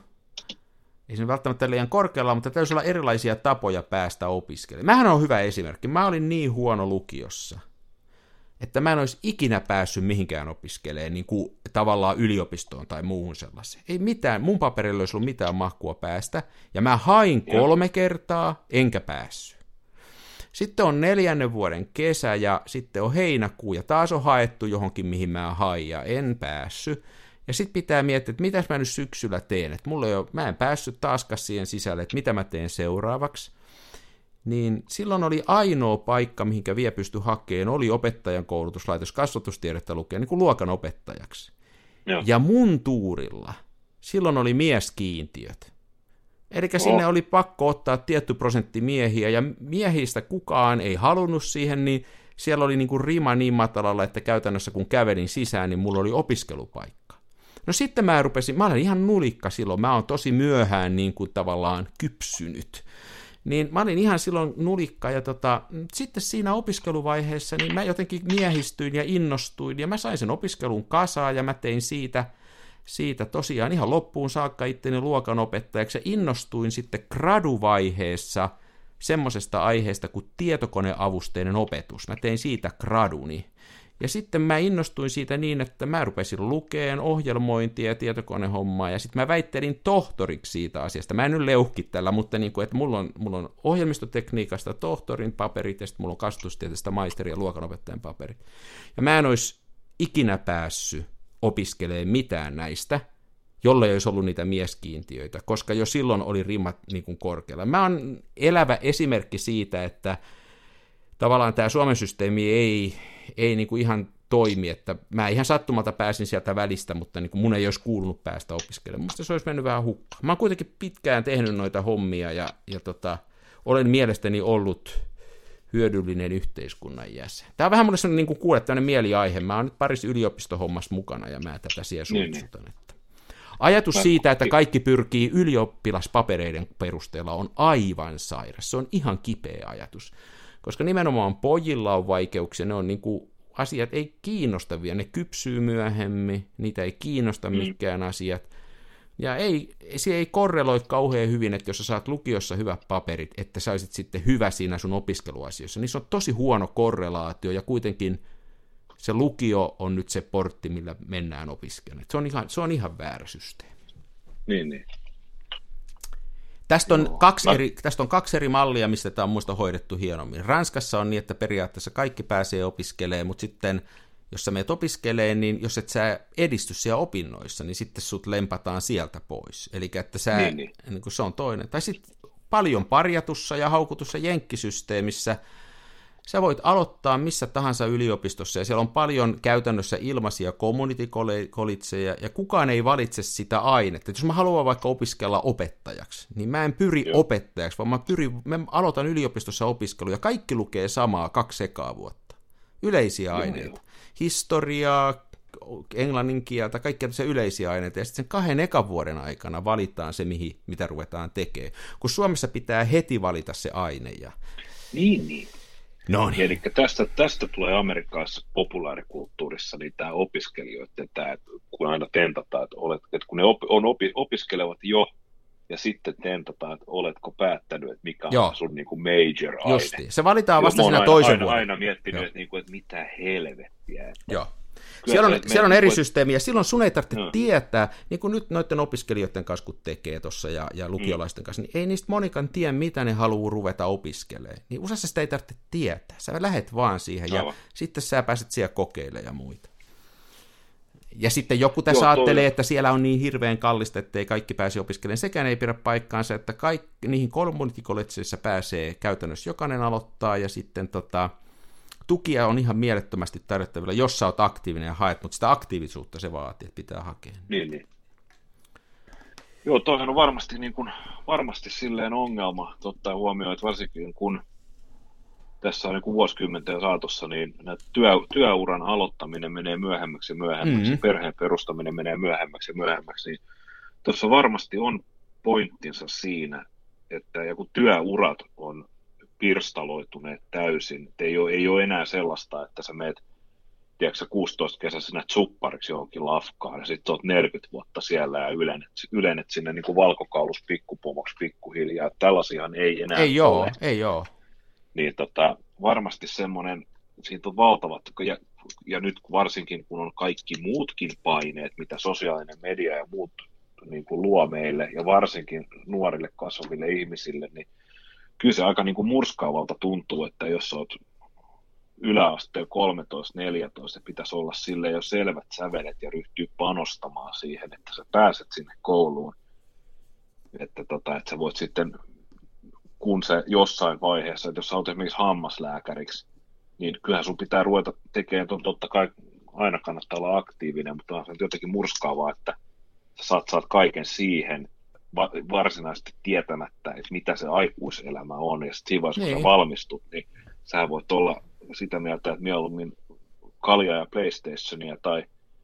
[SPEAKER 2] ei se välttämättä liian korkealla, mutta täytyy olla erilaisia tapoja päästä opiskelemaan. Mähän on hyvä esimerkki, mä olin niin huono lukiossa, että mä en olisi ikinä päässyt mihinkään opiskelemaan niin kuin tavallaan yliopistoon tai muuhun sellaiseen. Ei mitään, mun paperilla olisi ollut mitään mahkua päästä, ja mä hain kolme kertaa, enkä päässyt. Sitten on neljännen vuoden kesä, ja sitten on heinäkuu, ja taas on haettu johonkin, mihin mä hain, ja en päässyt. Ja sitten pitää miettiä, että mitäs mä nyt syksyllä teen, että mulla ei ole, mä en päässyt taaskaan siihen sisälle, että mitä mä teen seuraavaksi. Niin silloin oli ainoa paikka, mihinkä vielä pystyi hakemaan, oli opettajan koulutuslaitos, kasvatustiedettä lukea, niin kuin luokan opettajaksi. Joo. Ja mun tuurilla, silloin oli mieskiintiöt. Eli oh. sinne oli pakko ottaa tietty prosentti miehiä, ja miehistä kukaan ei halunnut siihen, niin siellä oli niin kuin rima niin matalalla, että käytännössä kun kävelin sisään, niin mulla oli opiskelupaikka. No sitten mä rupesin, mä olen ihan nulikka silloin, mä oon tosi myöhään niin kuin tavallaan kypsynyt. Niin mä olin ihan silloin nulikka, ja tota, sitten siinä opiskeluvaiheessa niin mä jotenkin miehistyin ja innostuin, ja mä sain sen opiskelun kasaan, ja mä tein siitä siitä tosiaan ihan loppuun saakka itteni luokanopettajaksi ja innostuin sitten graduvaiheessa semmoisesta aiheesta kuin tietokoneavusteinen opetus. Mä tein siitä graduni. Ja sitten mä innostuin siitä niin, että mä rupesin lukeen ohjelmointia ja tietokonehommaa, ja sitten mä väittelin tohtoriksi siitä asiasta. Mä en nyt leuhki tällä, mutta niin kuin, että mulla on, mulla on ohjelmistotekniikasta tohtorin paperit, ja sitten mulla on kasvatustieteestä maisterin ja luokanopettajan paperit. Ja mä en olisi ikinä päässyt opiskelemaan mitään näistä, jollei olisi ollut niitä mieskiintiöitä, koska jo silloin oli rimat niin kuin korkealla. Mä oon elävä esimerkki siitä, että tavallaan tämä Suomen systeemi ei, ei niin kuin ihan toimi, että mä ihan sattumalta pääsin sieltä välistä, mutta niin kuin mun ei olisi kuulunut päästä opiskelemaan. Musta se olisi mennyt vähän hukkaan. Mä oon kuitenkin pitkään tehnyt noita hommia ja, ja tota, olen mielestäni ollut hyödyllinen yhteiskunnan jäsen. Tämä on vähän mulle sellainen, niin kuin kuulet, tämmöinen mieliaihe. Mä oon nyt parissa yliopistohommassa mukana ja mä tätä siellä suutsutan. Niin, niin. Ajatus siitä, että kaikki pyrkii ylioppilaspapereiden perusteella on aivan sairas. Se on ihan kipeä ajatus. Koska nimenomaan pojilla on vaikeuksia, ne on niin kuin asiat ei kiinnostavia, ne kypsyy myöhemmin, niitä ei kiinnosta mikään mm. asiat. Ja ei, se ei korreloi kauhean hyvin, että jos sä saat lukiossa hyvät paperit, että sä olisit sitten hyvä siinä sun opiskeluasioissa. Niissä on tosi huono korrelaatio ja kuitenkin se lukio on nyt se portti, millä mennään opiskelemaan. Se on ihan, se on ihan väärä systeemi.
[SPEAKER 3] Niin, niin.
[SPEAKER 2] Tästä on, kaksi eri, tästä on kaksi eri mallia, mistä tämä on muista hoidettu hienommin. Ranskassa on niin, että periaatteessa kaikki pääsee opiskelemaan, mutta sitten jos sä meet opiskelemaan, niin jos et sä edisty siellä opinnoissa, niin sitten sut lempataan sieltä pois. Eli että sä, niin, niin. Niin se on toinen. Tai sitten paljon parjatussa ja haukutussa jenkkisysteemissä sä voit aloittaa missä tahansa yliopistossa, ja siellä on paljon käytännössä ilmaisia community collegeja, ja kukaan ei valitse sitä ainetta. Et jos mä haluan vaikka opiskella opettajaksi, niin mä en pyri Joo. opettajaksi, vaan mä, pyrin, mä aloitan yliopistossa opiskelu, ja kaikki lukee samaa kaksi ekaa vuotta. Yleisiä Joo, aineita. Jo. Historiaa, englannin kieltä, kaikkia yleisiä aineita, ja sitten sen kahden ekan vuoden aikana valitaan se, mihin, mitä ruvetaan tekemään. Kun Suomessa pitää heti valita se aine. Ja...
[SPEAKER 3] Niin, niin.
[SPEAKER 2] No niin.
[SPEAKER 3] Eli tästä, tästä tulee amerikkalaisessa populaarikulttuurissa niin tämä opiskelijoiden, tämä, kun aina tentataan, että, olet, että kun ne op, on opi, opiskelevat jo, ja sitten tentataan, että oletko päättänyt, että mikä on Joo. sun niin kuin major-aine.
[SPEAKER 2] Justi. Se valitaan vasta siinä toisen
[SPEAKER 3] aina,
[SPEAKER 2] vuoden.
[SPEAKER 3] aina miettinyt, että, niin kuin, että mitä helvettiä. Että
[SPEAKER 2] Joo. Siellä on, siellä on eri systeemi, ja silloin sun ei tarvitse no. tietää, niin kuin nyt noiden opiskelijoiden kanssa, kun tekee tuossa ja, ja lukiolaisten mm. kanssa, niin ei niistä monikaan tiedä, mitä ne haluaa ruveta opiskelemaan. Niin useassa sitä ei tarvitse tietää. Sä lähet vaan siihen, ja Aivan. sitten sä pääset siellä kokeilemaan ja muita. Ja sitten joku tässä Joo, ajattelee, toi... että siellä on niin hirveän kallista, että ei kaikki pääse opiskelemaan. Sekään ei pidä paikkaansa, että kaikki, niihin community collegeissa pääsee käytännössä jokainen aloittaa, ja sitten tota... tukia on ihan mielettömästi tarjottavilla, jos sä oot aktiivinen ja haet, mutta sitä aktiivisuutta se vaatii, että pitää hakea.
[SPEAKER 3] Niin, niin. Joo, toihan on varmasti, niin kuin, varmasti silleen ongelma, ottaa huomioon, että varsinkin kun tässä on niin kuin vuosikymmenten saatossa, niin työ, työuran aloittaminen menee myöhemmäksi ja myöhemmäksi, mm-hmm. perheen perustaminen menee myöhemmäksi ja myöhemmäksi, niin tuossa varmasti on pointtinsa siinä, että ja kun työurat on pirstaloituneet täysin. Ei ole, ei ole enää sellaista, että sä meet tiedätkö, kuusitoista kesäisenä tsuppariksi johonkin lafkaan ja sitten oot neljäkymmentä vuotta siellä ja ylenet, ylenet sinne niin kuin valkokaulus pikkupomoksi pikkuhiljaa. Tällaisiahan ei enää
[SPEAKER 2] ei ole. ole. Ei ole.
[SPEAKER 3] Niin tota, varmasti semmoinen, siitä on valtavat, ja, ja nyt varsinkin kun on kaikki muutkin paineet, mitä sosiaalinen media ja muut niin kuin luo meille ja varsinkin nuorille kasvaville ihmisille, niin kyllä se aika niin kuin murskaavalta tuntuu, että jos olet yläasteen kolmetoista neljätoista, pitäisi olla sille jo selvät sävelet ja ryhtyy panostamaan siihen, että sä pääset sinne kouluun. Että, tota, että sä voit sitten, kun se jossain vaiheessa, että jos sä olet esimerkiksi hammaslääkäriksi, niin kyllähän sun pitää ruveta tekemään, totta kai aina kannattaa olla aktiivinen, mutta on se jotenkin murskaavaa, että sä saat, saat kaiken siihen, varsinaisesti tietämättä, että mitä se aikuiselämä on, ja sitten siinä vaiheessa, kun sä valmistut, niin sä voit olla sitä mieltä, että mieluummin kaljaa ja PlayStationia tai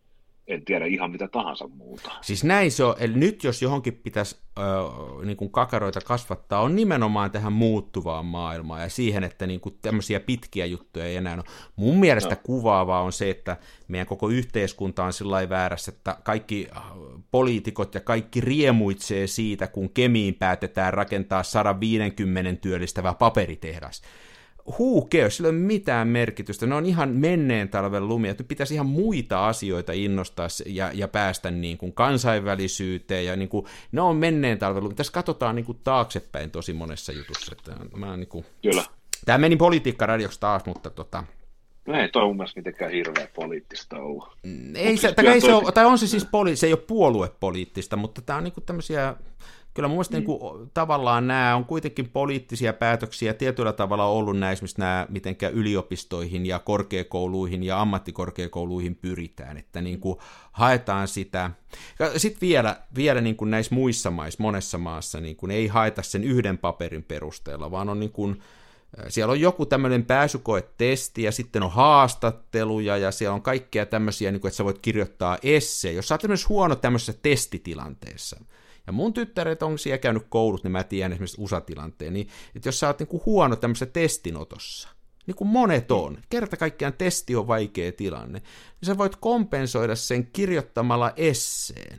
[SPEAKER 3] en tiedä ihan mitä tahansa muuta.
[SPEAKER 2] Siis näin se on, eli nyt jos johonkin pitäisi äh, niin kuin kakaroita kasvattaa, on nimenomaan tähän muuttuvaan maailmaan ja siihen, että niin kuin tämmöisiä pitkiä juttuja ei enää ole. Mun mielestä no. kuvaavaa on se, että meidän koko yhteiskunta on sillä lailla väärässä, että kaikki poliitikot ja kaikki riemuitsee siitä, kun Kemiin päätetään rakentaa sata viisikymmentä työllistävä paperitehdas. Who cares? Sillä ei ole mitään merkitystä. Ne on ihan menneen talven lumia. Nyt pitäisi ihan muita asioita innostaa ja, ja päästä niin kuin kansainvälisyyteen. Ja niin kuin, ne on menneen talven lumia. Tässä katsotaan niin kuin taaksepäin tosi monessa jutussa. Että mä, niin kuin...
[SPEAKER 3] Kyllä.
[SPEAKER 2] Tämä meni politiikkaradioksi taas, mutta... Tota...
[SPEAKER 3] No ei toi mun mielestä mitenkään hirveän poliittista ollut.
[SPEAKER 2] Ei se, tai, ei se ole, tai on se siis poli, se ei ole puoluepoliittista, mutta tämä on niin kuin tämmöisiä... Kyllä mun mielestä mm. niin kuin, tavallaan nämä on kuitenkin poliittisia päätöksiä tietyllä tavalla ollut näissä, missä nämä mitenkään yliopistoihin ja korkeakouluihin ja ammattikorkeakouluihin pyritään, että niin kuin, haetaan sitä. Sitten vielä, vielä niin kuin näissä muissa maissa, monessa maassa niin kuin, ei haeta sen yhden paperin perusteella, vaan on niin kuin, siellä on joku tämmöinen pääsykoetesti ja sitten on haastatteluja ja siellä on kaikkea tämmöisiä, niin kuin, että sä voit kirjoittaa esseen, jos sä oot esimerkiksi huono tämmöisessä testitilanteessa. Ja mun tyttäret on siellä käynyt koulut, niin mä tiedän esimerkiksi U S A-tilanteen, niin että jos sä oot niin kuin huono tämmöisessä testinotossa, niin kuin monet on, kerta kaikkiaan testi on vaikea tilanne, niin sä voit kompensoida sen kirjoittamalla esseen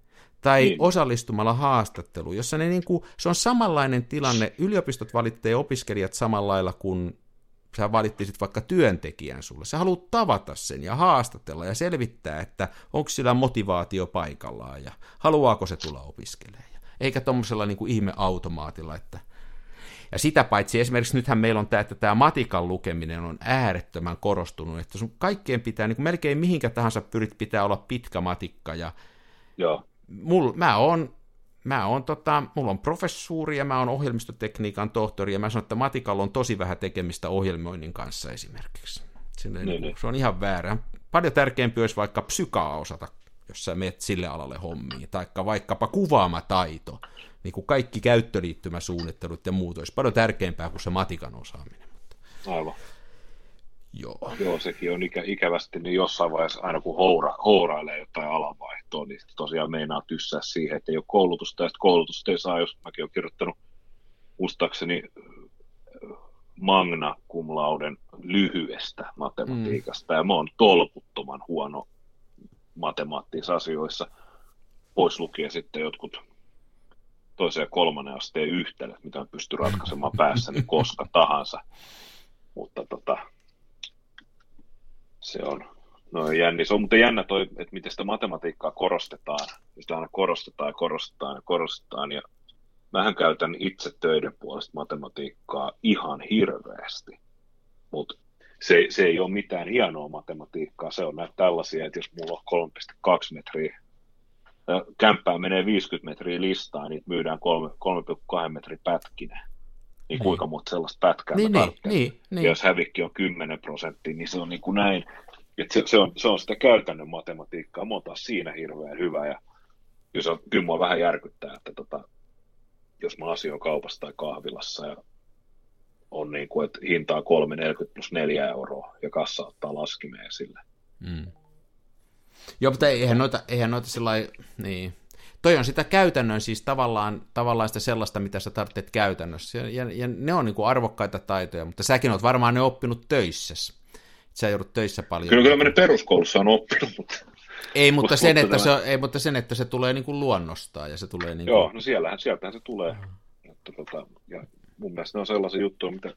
[SPEAKER 2] tai niin. osallistumalla haastatteluun, jossa ne niin kuin, se on samanlainen tilanne, yliopistot valitsee opiskelijat samalla lailla kuin sä valittisit vaikka työntekijän sulle. Sä haluat tavata sen ja haastatella ja selvittää, että onko sillä motivaatio paikallaan ja haluaako se tulla opiskelemaan. Eikä tuommoisella niin kuin ihmeautomaatilla. Että... Ja sitä paitsi esimerkiksi nythän meillä on tämä, että tämä matikan lukeminen on äärettömän korostunut, että sun kaikkeen pitää, niin kuin melkein mihinkä tahansa pyrit, pitää olla pitkä matikka. Ja
[SPEAKER 3] Joo.
[SPEAKER 2] Mul, mä oon Mä oon tota, mulla on professuuri ja mä oon ohjelmistotekniikan tohtori ja mä sanon, että matikalla on tosi vähän tekemistä ohjelmoinnin kanssa esimerkiksi. Silleen, niin, niin. Se on ihan väärä. Paljon tärkeämpi olisi vaikka psykaa osata, jos sä menet sille alalle hommiin, tai vaikkapa kuvaamataito, niin kuin kaikki käyttöliittymäsuunnittelut ja muut olisi paljon tärkeämpää kuin se matikan osaaminen.
[SPEAKER 3] Aivan.
[SPEAKER 2] Joo.
[SPEAKER 3] Joo, sekin on ikä, ikävästi, niin jossain vaiheessa aina kun houra, hourailee jotain alanvaihtoa, niin tosiaan meinaa tyssää siihen, että ei ole koulutusta, ja koulutusta ei saa, jos mäkin olen kirjoittanut muistaakseni magna cum lauden lyhyestä matematiikasta, mm. ja mä oon tolkuttoman huono matemaattisissa asioissa, pois lukien sitten jotkut toisen ja kolmannen asteen yhtälöt, mitä mä pystyn ratkaisemaan päässäni koska tahansa, mutta tota... Se on, no jänni. Se on muuten jännä toi, että miten sitä matematiikkaa korostetaan. Sitä aina korostetaan ja korostetaan ja korostetaan. Ja mähän käytän itse töiden puolesta matematiikkaa ihan hirveästi. Mutta se, se ei ole mitään hienoa matematiikkaa. Se on näitä tällaisia, että jos mulla on kolme pilkku kaksi metriä, ja kämppää menee viisikymmentä metriä listaa, niin myydään kolme pilkku kaksi metriä pätkinä. Niin kuinka monta sellaista pätkää
[SPEAKER 2] niin,
[SPEAKER 3] mä tarvitsen.
[SPEAKER 2] Niin, niin.
[SPEAKER 3] Jos hävikki on kymmenen prosenttia, niin se on niin kuin näin. Että se, se, on, se on sitä käytännön matematiikkaa. Mä oon taas siinä hirveän hyvä. Ja jos on, kyllä mua vähän järkyttää, että tota, jos mä asioin kaupassa tai kahvilassa ja on niin kuin, että hintaa kolme neljäkymmentä plus neljä euroa ja kassa ottaa laskimeen sille.
[SPEAKER 2] Mm. Joo, mutta eihän noita, eihän noita sellainen, niin... Toi on sitä käytännön, siis tavallaan, tavallaan sitä sellaista, mitä sä tarvitset käytännössä, ja, ja, ja ne on niin kuin arvokkaita taitoja, mutta säkin oot varmaan ne oppinut töissä. Sä joudut töissä paljon.
[SPEAKER 3] Kyllä, kyllä mä ne peruskoulussa on oppinut, mutta...
[SPEAKER 2] Ei, mutta, mutta, sen, että se, ei, mutta sen, että se tulee niin kuin luonnostaan, ja se tulee niin kuin...
[SPEAKER 3] Joo, no siellähän, sieltähän se tulee. Mm. Että, tota, ja mun mielestä ne on sellaisia juttuja, mitä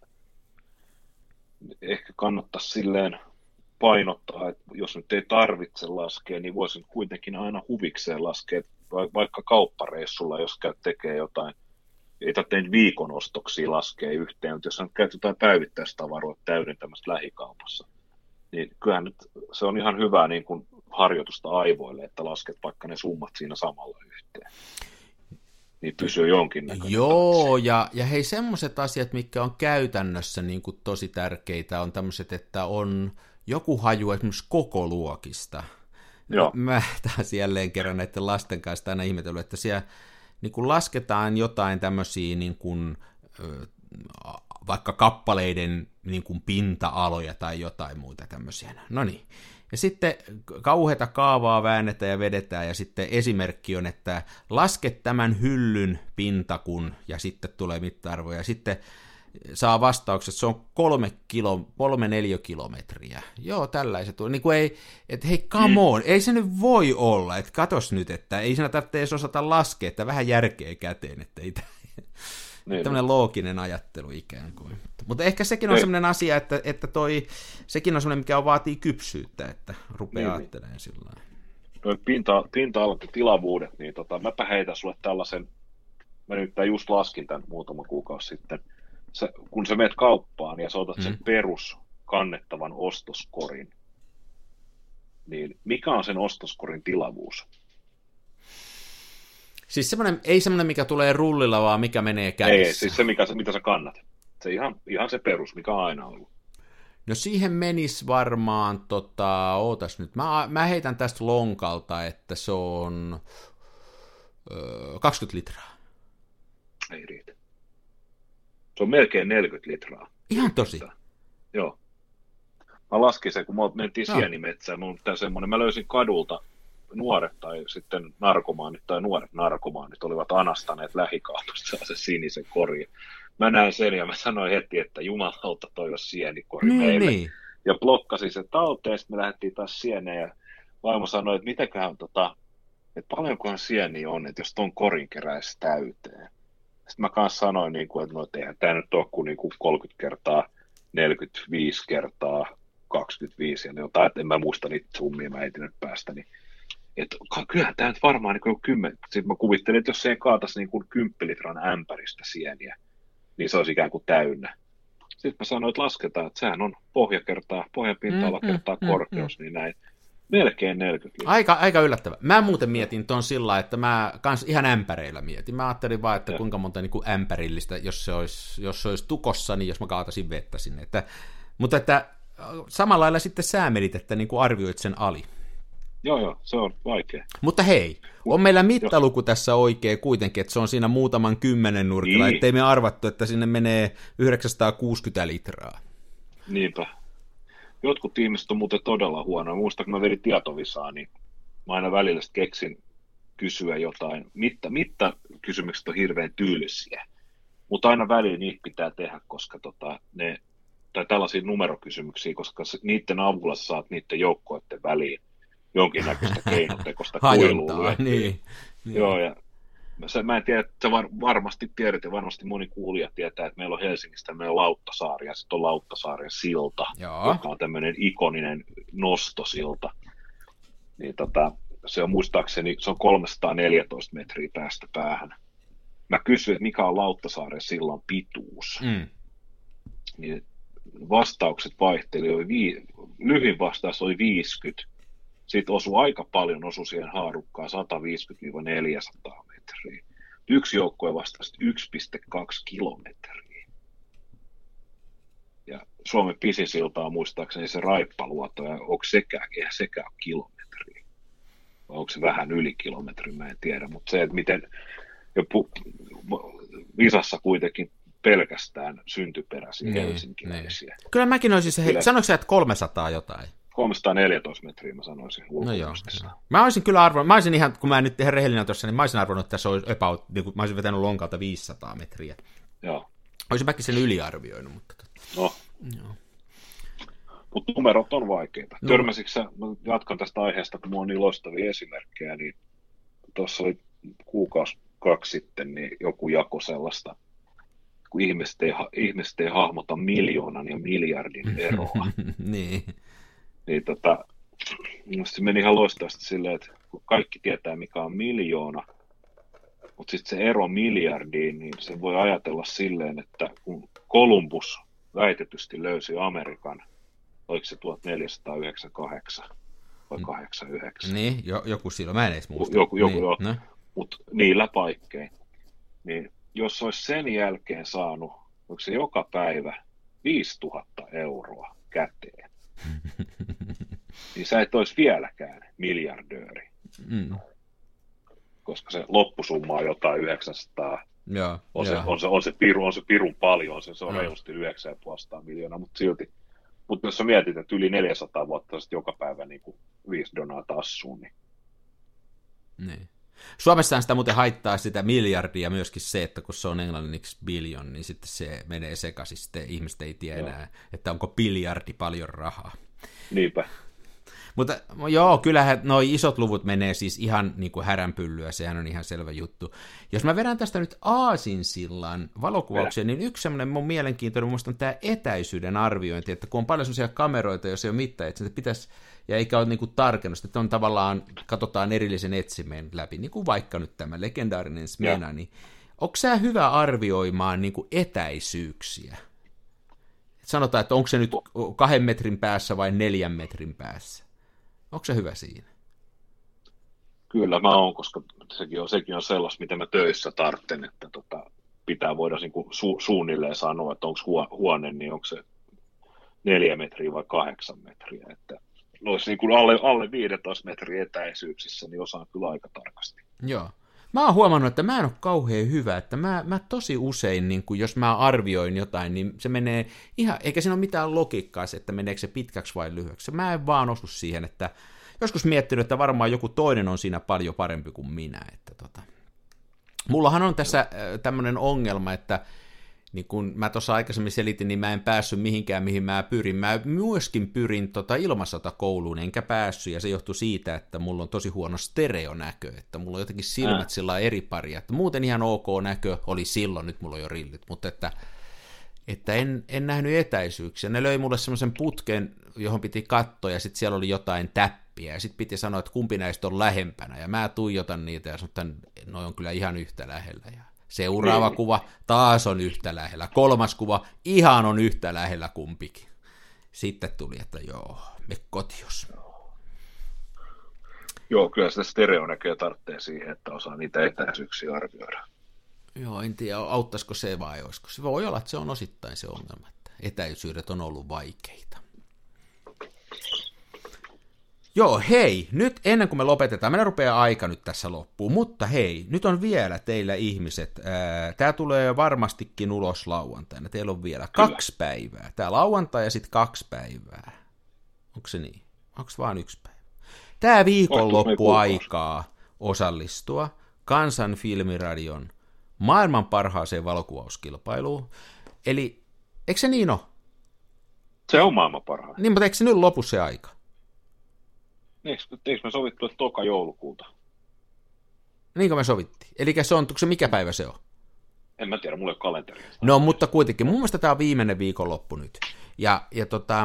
[SPEAKER 3] ehkä kannattaisi silleen painottaa, että jos nyt ei tarvitse laskea, niin voisin kuitenkin aina huvikseen laskea, vaikka kauppareissulla, jos käyt tekee jotain, ei tarvitse viikon ostoksia laskea yhteen, mutta jos sä nyt käyt jotain päivittäistavaroita täydentämästä lähikaupassa, niin kyllähän nyt se on ihan hyvää niin kuin harjoitusta aivoille, että lasket vaikka ne summat siinä samalla yhteen. Niin pysyy jonkinnäköinen.
[SPEAKER 2] Joo, ja, ja hei, semmoiset asiat, mitkä on käytännössä niin kuin tosi tärkeitä, on tämmöiset, että on joku haju esimerkiksi koko luokista.
[SPEAKER 3] Joo.
[SPEAKER 2] Mä taas jälleen kerran näiden lasten kanssa aina ihmetellyt, että siellä niin kun lasketaan jotain tämmöisiä niin kun, vaikka kappaleiden niin kun pinta-aloja tai jotain muuta tämmöisiä. No niin. Ja sitten kauheata kaavaa väännetään ja vedetään, ja sitten esimerkki on, että laske tämän hyllyn pinta kun, ja sitten tulee mitta-arvo, ja sitten saa vastaukset, se on kolme, kilo, kolme neliökilometriä. Joo, tällaiset. Niin kuin ei, että hei, come on, ei se nyt voi olla, että katos nyt, että ei siinä tarvitse edes osata laskea, että vähän järkeä käteen, että ei niin, tämmöinen looginen ajattelu ikään kuin. Mutta ehkä sekin on ei. Sellainen asia, että, että toi, sekin on sellainen, mikä vaatii kypsyyttä, että rupeaa niin, ajattelemaan sillä lailla.
[SPEAKER 3] No, pinta, pinta-alat ja tilavuudet, niin tota, mäpä heitän sulle tällaisen, mä nyt just laskin tämän muutama kuukausi sitten, sä, kun sä meet kauppaan ja sä otat sen mm. perus kannettavan ostoskorin, niin mikä on sen ostoskorin tilavuus?
[SPEAKER 2] Siis semmoinen, ei semmoinen, mikä tulee rullilla, vaan mikä menee kädessä.
[SPEAKER 3] Ei, siis se, mikä, mitä sä kannat. Se ihan, ihan se perus, mikä on aina ollut.
[SPEAKER 2] No siihen menisi varmaan, tota, ootas nyt, mä, mä heitän tästä lonkalta, että se on öö, kaksikymmentä litraa.
[SPEAKER 3] Ei riitä. Se on melkein neljäkymmentä litraa.
[SPEAKER 2] Ihan tosi?
[SPEAKER 3] Joo. Mä laskin sen, kun me mentiin no. sienimetsään, mun tää semmoinen, mä löysin kadulta nuoret tai sitten narkomaanit tai nuoret narkomaanit olivat anastaneet lähikaupasta se sinisen kori. Mä näin sen ja mä sanoin heti, että jumalauta toi on sienikori
[SPEAKER 2] niin,
[SPEAKER 3] meille.
[SPEAKER 2] Niin.
[SPEAKER 3] Ja blokkasin sen talteen, sitten me lähdettiin taas sieneen ja vaimo sanoi, että mitenköhän tota, että paljonkohan sieniä on, että jos ton korin keräisi täyteen. Sitten mä kanssa sanoin, niin kuin, että no, eihän tämä nyt ole kuin, niin kuin kolmekymmentä kertaa, neljäkymmentäviisi kertaa, kaksikymmentäviisi ja jotain, että en mä muista niitä summia, mä etin nyt päästä, niin että kyllähän tämä nyt varmaan niin kuin kymmen, sitten mä kuvittelin, että jos se ei kaataisi niin kuin kymmenen litran ämpäristä sieniä, niin se olisi ikään kuin täynnä. Sitten mä sanoin, että lasketaan, että sehän on pohja kertaa, pohjan pinta-ala kertaa mm, mm, korkeus, mm, niin näin. Melkein neljäkymmentä litraa.
[SPEAKER 2] Aika, aika yllättävä. Mä muuten mietin ton sillä, että mä kans ihan ämpäreillä mietin. Mä ajattelin vaan, että ja. kuinka monta niin kuin ämpärillistä, jos se, olisi, jos se olisi tukossa, niin jos mä kaataisin vettä sinne. Että, mutta että samalla lailla sitten sä menit, että niin kuin arvioit sen ali.
[SPEAKER 3] Joo, joo, se on vaikea.
[SPEAKER 2] Mutta hei, on meillä mittaluku tässä oikein kuitenkin, että se on siinä muutaman kymmenen nurkilla, niin. Ettei me arvattu, että sinne menee yhdeksänsataakuusikymmentä litraa.
[SPEAKER 3] Niinpä. Jotkut ihmiset on muuten todella huonoja. Muistan, kun mä vedin tietovisaa, niin mä aina välillä keksin kysyä jotain. Mitta, mittakysymykset on hirveän tyylisiä, mutta aina välillä niitä pitää tehdä, koska tota, ne, tai tällaisia numerokysymyksiä, koska niiden avulla saat niiden joukkoiden väliin jonkinnäköistä keinotekosta kuilua.
[SPEAKER 2] Niin, niin.
[SPEAKER 3] Joo, ja se, mä en tiedä, että sä var, varmasti tiedät ja varmasti moni kuulija tietää, että meillä on Helsingistä tämmöinen Lauttasaari ja sitten on Lauttasaaren silta, Joo. joka on tämmöinen ikoninen nostosilta. Niin tota, se on muistaakseni, se on kolmesataaneljätoista metriä päästä päähän. Mä kysyin, että mikä on Lauttasaaren sillan pituus. Mm. Niin vastaukset vaihteli, oli vii, lyhin vastaus oli viisikymmentä. Sitten osui aika paljon, osui siihen haarukkaan sata viisikymmentä neljäsataa metriä. Yksi joukkue vastasi yksi pilkku kaksi kilometriä. Ja Suomen pisin silta on muistaakseni se Raippaluoto, ja onko sekään, eihän sekään ole kilometriä. Vai onko se vähän yli kilometrin, mä en tiedä. Mutta se, että miten jo pu- visassa kuitenkin pelkästään syntyperäisiä niin, helsinkiläisiä.
[SPEAKER 2] Niin. Kyllä mäkin olisin se, hei, sanoiko sä, että kolmesataa jotain?
[SPEAKER 3] kolmesataaneljätoista metriä mä sanoisin.
[SPEAKER 2] No joo, joo. Mä olisin kyllä arvonnut, mä olisin ihan, kun mä nyt tehdään rehellinen tuossa, niin mä olisin arvonnut, että se olisi about, niin kuin mä olisin vetänyt lonkalta viisisataa metriä.
[SPEAKER 3] Joo.
[SPEAKER 2] Olisin mäkin sen yliarvioinut, mutta...
[SPEAKER 3] No.
[SPEAKER 2] Joo.
[SPEAKER 3] Mutta numerot on vaikeita. No. Törmäsitkö sä, mä jatkan tästä aiheesta, kun mulla on niin loistavia esimerkkejä, niin tuossa oli kuukausi kaksi sitten, niin joku jako sellaista, kun ihmiset ei, ihmiset ei hahmota miljoonan ja miljardin eroa.
[SPEAKER 2] Niin.
[SPEAKER 3] Niin tota, se meni ihan loistavasti silleen, että kaikki tietää mikä on miljoona, mutta sitten se ero miljardiin, niin se voi ajatella silleen, että kun Columbus väitetysti löysi Amerikan, oliko se tuhatneljäsataayhdeksänkymmentäkahdeksan vai kahdeksankymmentäyhdeksän?
[SPEAKER 2] Niin, jo, joku silloin, mä en edes muista.
[SPEAKER 3] Joku, joku
[SPEAKER 2] niin,
[SPEAKER 3] jo,
[SPEAKER 2] no.
[SPEAKER 3] Mutta niillä paikkein. Niin jos olisi sen jälkeen saanut, onko se joka päivä viisituhatta euroa käteen, niin sä et olisi vieläkään miljardööri. Mm. Koska se loppusumma on jotain yhdeksänsataa. Ja, on, ja. Se, on, se, on, se piru, on se pirun paljon, se, se on reilusti yhdeksänsataa miljoonaa, mutta silti Mutta jos sä mietit, että yli neljäsataa vuotta sitten joka päivä niin kuin viisi donaa tassuun, niin...
[SPEAKER 2] niin. Suomessahan sitä muuten haittaa sitä miljardia myöskin se, että kun se on englanniksi billion, niin sitten se menee sekaisin, sitten ihmiset ei tiedä enää, että onko biljardi paljon rahaa.
[SPEAKER 3] Niinpä.
[SPEAKER 2] Mutta joo, kyllähän nuo isot luvut menee siis ihan niin kuin häränpyllyä, sehän on ihan selvä juttu. Jos mä vedän tästä nyt aasinsillan valokuvaukseen, niin yksi semmoinen mun mielenkiintoinen mun mielestä on tämä etäisyyden arviointi, että kun on paljon semmoisia kameroita, jos ei ole mitään, että sitä pitäisi, ja eikä ole niin kuin tarkennusta, että on tavallaan, katsotaan erillisen etsimeen läpi, niin kuin vaikka nyt tämä legendaarinen Smena, niin onko sä hyvä arvioimaan niin kuin etäisyyksiä? Sanotaan, että onko se nyt kahden metrin päässä vai neljän metrin päässä? Onko se hyvä siinä?
[SPEAKER 3] Kyllä mä oon, koska sekin on, sekin on sellaista, mitä mä töissä tarvitsen, että tota, pitää voida niin kuin su, suunnilleen sanoa, että onko huone, niin onko se neljä metriä vai kahdeksan metriä. Että noissa niin kuin alle, alle viisitoista metriä etäisyyksissä, niin osaan kyllä aika tarkasti.
[SPEAKER 2] Joo. Mä oon huomannut, että mä en ole kauhean hyvä, että mä, mä tosi usein, niin kun jos mä arvioin jotain, niin se menee ihan, eikä siinä ole mitään logiikkaa se, että meneekö se pitkäksi vai lyhyeksi. Mä en vaan osu siihen, että joskus miettinyt, että varmaan joku toinen on siinä paljon parempi kuin minä. Että tota. Mullahan on tässä tämmöinen ongelma, että niin kun mä tuossa aikaisemmin selitin, niin mä en päässyt mihinkään, mihin mä pyrin. Mä myöskin pyrin tota ilmasotakouluun, enkä päässyt, ja se johtui siitä, että mulla on tosi huono stereonäkö, että mulla on jotenkin silmät äh. sillä eri paria, että muuten ihan ok näkö oli silloin, nyt mulla on jo rillit, mutta että, että en, en nähnyt etäisyyksiä. Ne löi mulle semmoisen putken, johon piti katsoa, ja sitten siellä oli jotain täppiä, ja sitten piti sanoa, että kumpi näistä on lähempänä, ja mä tuijotan niitä, ja sanon, että noi on kyllä ihan yhtä lähellä, ja seuraava niin. Kuva taas on yhtä lähellä. Kolmas kuva ihan on yhtä lähellä kumpikin. Sitten tuli, että joo, me kotios.
[SPEAKER 3] Joo, kyllä sitä stereonäköä tarvitsee siihen, että osaa niitä etäisyyksiä arvioida.
[SPEAKER 2] Joo, en tiedä, auttaisiko se vai olisiko. Se voi olla, että se on osittain se ongelma, että etäisyydet on ollut vaikeita. Joo, hei, nyt ennen kuin me lopetetaan, meillä rupeaa aika nyt tässä loppuun, mutta hei, nyt on vielä teillä ihmiset, tämä tulee varmastikin ulos lauantaina, teillä on vielä Kyllä. kaksi päivää, tämä lauantai ja sitten kaksi päivää, onko se niin, onko vaan yksi päivä? Tämä viikonloppu aikaa osallistua Kansan Filmiradion maailman parhaaseen valokuvauskilpailuun, eli eikö se niin ole?
[SPEAKER 3] Se on maailman parhaan.
[SPEAKER 2] Niin, mutta eikö se nyt lopu se aika?
[SPEAKER 3] Eikö, eikö me sovittu, että toka joulukuuta?
[SPEAKER 2] Niinkö me sovittiin? Eli se on, se mikä päivä se on?
[SPEAKER 3] En mä tiedä, mulla ei ole kalenteria.
[SPEAKER 2] No, mutta kuitenkin, mun mielestä tämä on viimeinen viikonloppu nyt. Ja, ja tota,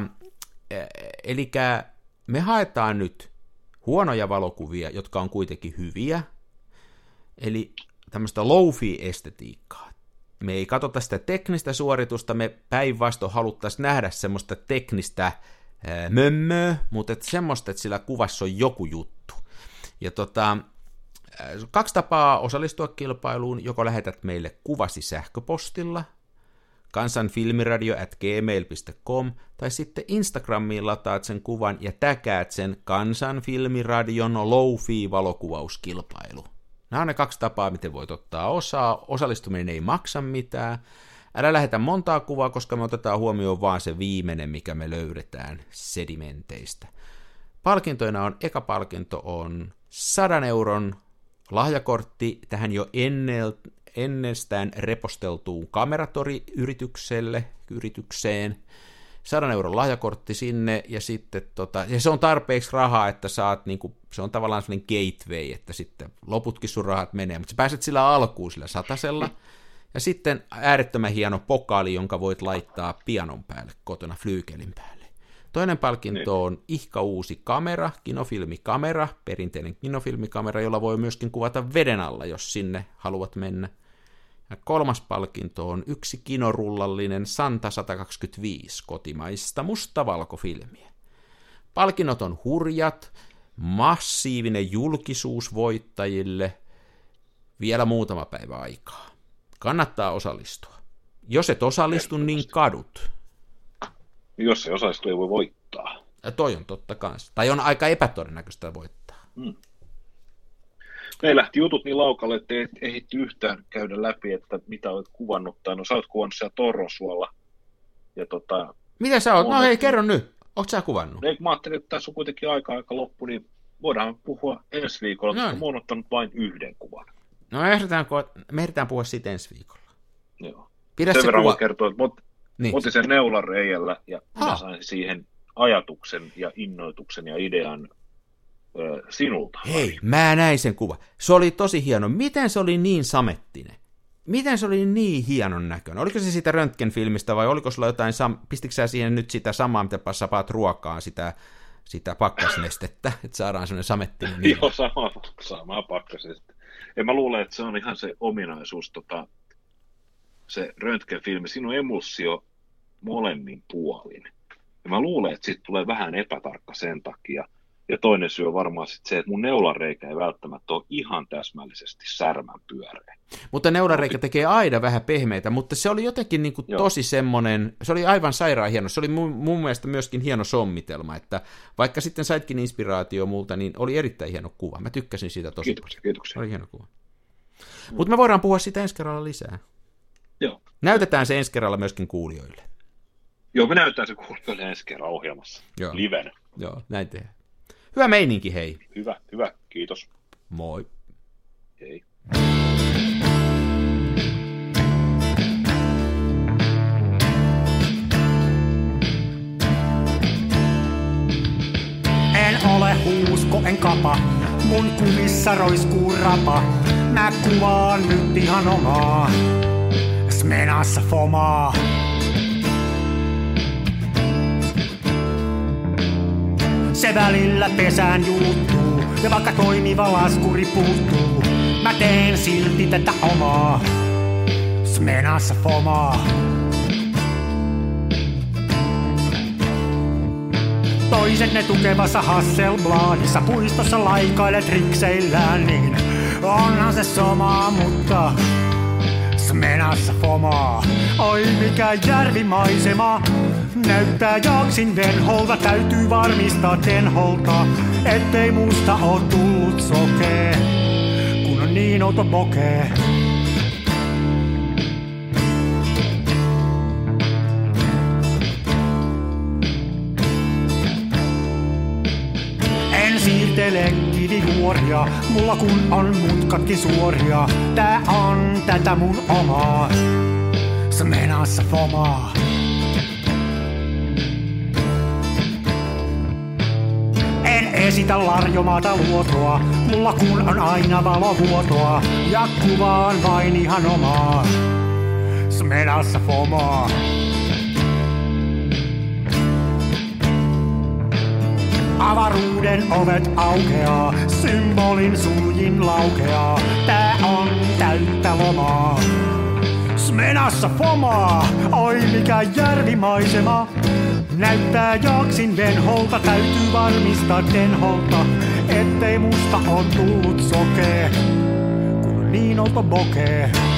[SPEAKER 2] eli me haetaan nyt huonoja valokuvia, jotka on kuitenkin hyviä, eli tämmöistä low-fi-estetiikkaa. Me ei katsota sitä teknistä suoritusta, me päinvastoin haluttaisiin nähdä semmoista teknistä mömmöä, mutta et semmoista, että sillä kuvassa on joku juttu. Ja tota, kaksi tapaa osallistua kilpailuun, joko lähetät meille kuvasi sähköpostilla, kansanfilmiradio at gmail piste com, tai sitten Instagramiin lataat sen kuvan ja täkäät sen Kansanfilmiradion low-fi-valokuvauskilpailu. Nämä on ne kaksi tapaa, miten voit ottaa osaa. Osallistuminen ei maksa mitään. Älä lähetä montaa kuvaa, koska me otetaan huomioon vaan se viimeinen, mikä me löydetään sedimenteistä. Palkintoina on, eka palkinto on sadan euron lahjakortti tähän jo ennestään reposteltuun kameratori-yritykselle, yritykseen. sadan euron lahjakortti sinne, ja sitten tota, ja se on tarpeeksi rahaa, että saat, niinku, se on tavallaan sellainen gateway, että sitten loputkin sun rahat menee, mutta sä pääset sillä alkuun sillä satasella. Ja sitten äärettömän hieno pokaali, jonka voit laittaa pianon päälle kotona flyykelin päälle. Toinen palkinto on ihka uusi kamera, kinofilmikamera, perinteinen kinofilmikamera, jolla voi myöskin kuvata veden alla, jos sinne haluat mennä. Ja kolmas palkinto on yksi kinorullallinen Santa sata kaksikymmentäviisi kotimaista mustavalkofilmiä. Palkinnot on hurjat, massiivinen julkisuus voittajille, vielä muutama päivä aikaa. Kannattaa osallistua. Jos et osallistu, niin kadut.
[SPEAKER 3] Jos ei osallistu, ei voi voittaa.
[SPEAKER 2] Ja toi on totta kanssa. Tai on aika epätodennäköistä voittaa.
[SPEAKER 3] Hmm. Me lähti jutut niin laukalle, että et ehditty yhtään käydä läpi, että mitä olet kuvannut. Tai no sä oot kuvannut siellä Torrosuolla. Ja tota,
[SPEAKER 2] Mitä sä oot? No hei, kerro nyt. Ootko sä kuvannut?
[SPEAKER 3] Eikö mä ajattelin, että tässä on kuitenkin aika aika loppu, niin voidaan puhua ensi viikolla, no. koska mä oon ottanut vain yhden kuvan.
[SPEAKER 2] No ehdotetaanko, me ehditään puhua siitä ensi viikolla.
[SPEAKER 3] Joo.
[SPEAKER 2] Pidä
[SPEAKER 3] sen
[SPEAKER 2] se
[SPEAKER 3] verran
[SPEAKER 2] kuva.
[SPEAKER 3] mä kertoin, että mä niin. otin sen neulan reijällä ja ha. minä sain siihen ajatuksen ja innoituksen ja idean ö, sinulta.
[SPEAKER 2] Hei, mä näin sen kuva. Se oli tosi hieno. Miten se oli niin samettinen? Miten se oli niin hienon näköinen? Oliko se siitä röntgenfilmistä vai oliko sulla jotain, sam- pistikö sä siihen nyt sitä samaa, mitä sapaat ruokaan, sitä, sitä pakkasnestettä, että saadaan semmoinen samettinen? Niin.
[SPEAKER 3] Joo, sama, samaa pakkasnestettä. Ja mä luulen, että se on ihan se ominaisuus, tota, se röntgenfilmi, siinä on emulsio molemmin puolin. Ja mä luulen, että siitä tulee vähän epätarkka sen takia. Ja toinen syy on varmaan sit se, että mun neulareikä ei välttämättä ole ihan täsmällisesti särmän pyöreä.
[SPEAKER 2] Mutta neulareikä tekee aina vähän pehmeitä, mutta se oli jotenkin niin kuin tosi semmoinen, se oli aivan sairaan hieno. Se oli mun, mun mielestä myöskin hieno sommitelma, että vaikka sitten saitkin inspiraatio multa, niin oli erittäin hieno kuva. Mä tykkäsin siitä tosi
[SPEAKER 3] kiitoksia,
[SPEAKER 2] paljon.
[SPEAKER 3] Kiitoksia.
[SPEAKER 2] Oli hieno kuva. Mm. Mutta me voidaan puhua siitä ensi kerralla lisää.
[SPEAKER 3] Joo.
[SPEAKER 2] Näytetään se ensi kerralla myöskin kuulijoille.
[SPEAKER 3] Joo, me näytetään se kuulijoille ensi kerralla ohjelmassa. Joo. Livenä.
[SPEAKER 2] Joo, näin tehdään. Hyvä meininki, hei.
[SPEAKER 3] Hyvä, hyvä, kiitos.
[SPEAKER 2] Moi.
[SPEAKER 3] Hei.
[SPEAKER 1] En ole huusko, en kapa, mun kumissa roiskuu rapa. Mä kuvaan nyt ihan omaa, Smenassa fomaa. Se välillä pesään juuttuu, ja vaikka toimiva laskuri puuttuu, mä teen silti tätä omaa, Smenassa fomaa. Toiset ne tukevassa Hasselbladissa puistossa laikailet rikseillään, niin onhan se somaa, mutta Smenassa fomaa. Oi mikä järvimaisema, näyttää jaksin venholta, täytyy varmistaa tenholta, ettei musta oo tullut sokee, kun on niin outo bokee. En siirtele kivijuoria, mulla kun on mutkatkin suoria, tää on tätä mun omaa, Smenassa fomaa. En esitä larjomaata luotoa, mulla kun on aina valovuotoa, ja kuvaan vain ihan omaa, Smenassa fomaa. Avaruuden ovet aukeaa, symbolin suljin laukeaa, tää on täyttä lomaa, Smenassa fomaa. Oi mikä järvimaisema, näyttää jaksin venholta, täytyy varmistaa tenholta, ettei musta oo tullut sokee, kun on niin outo bokee.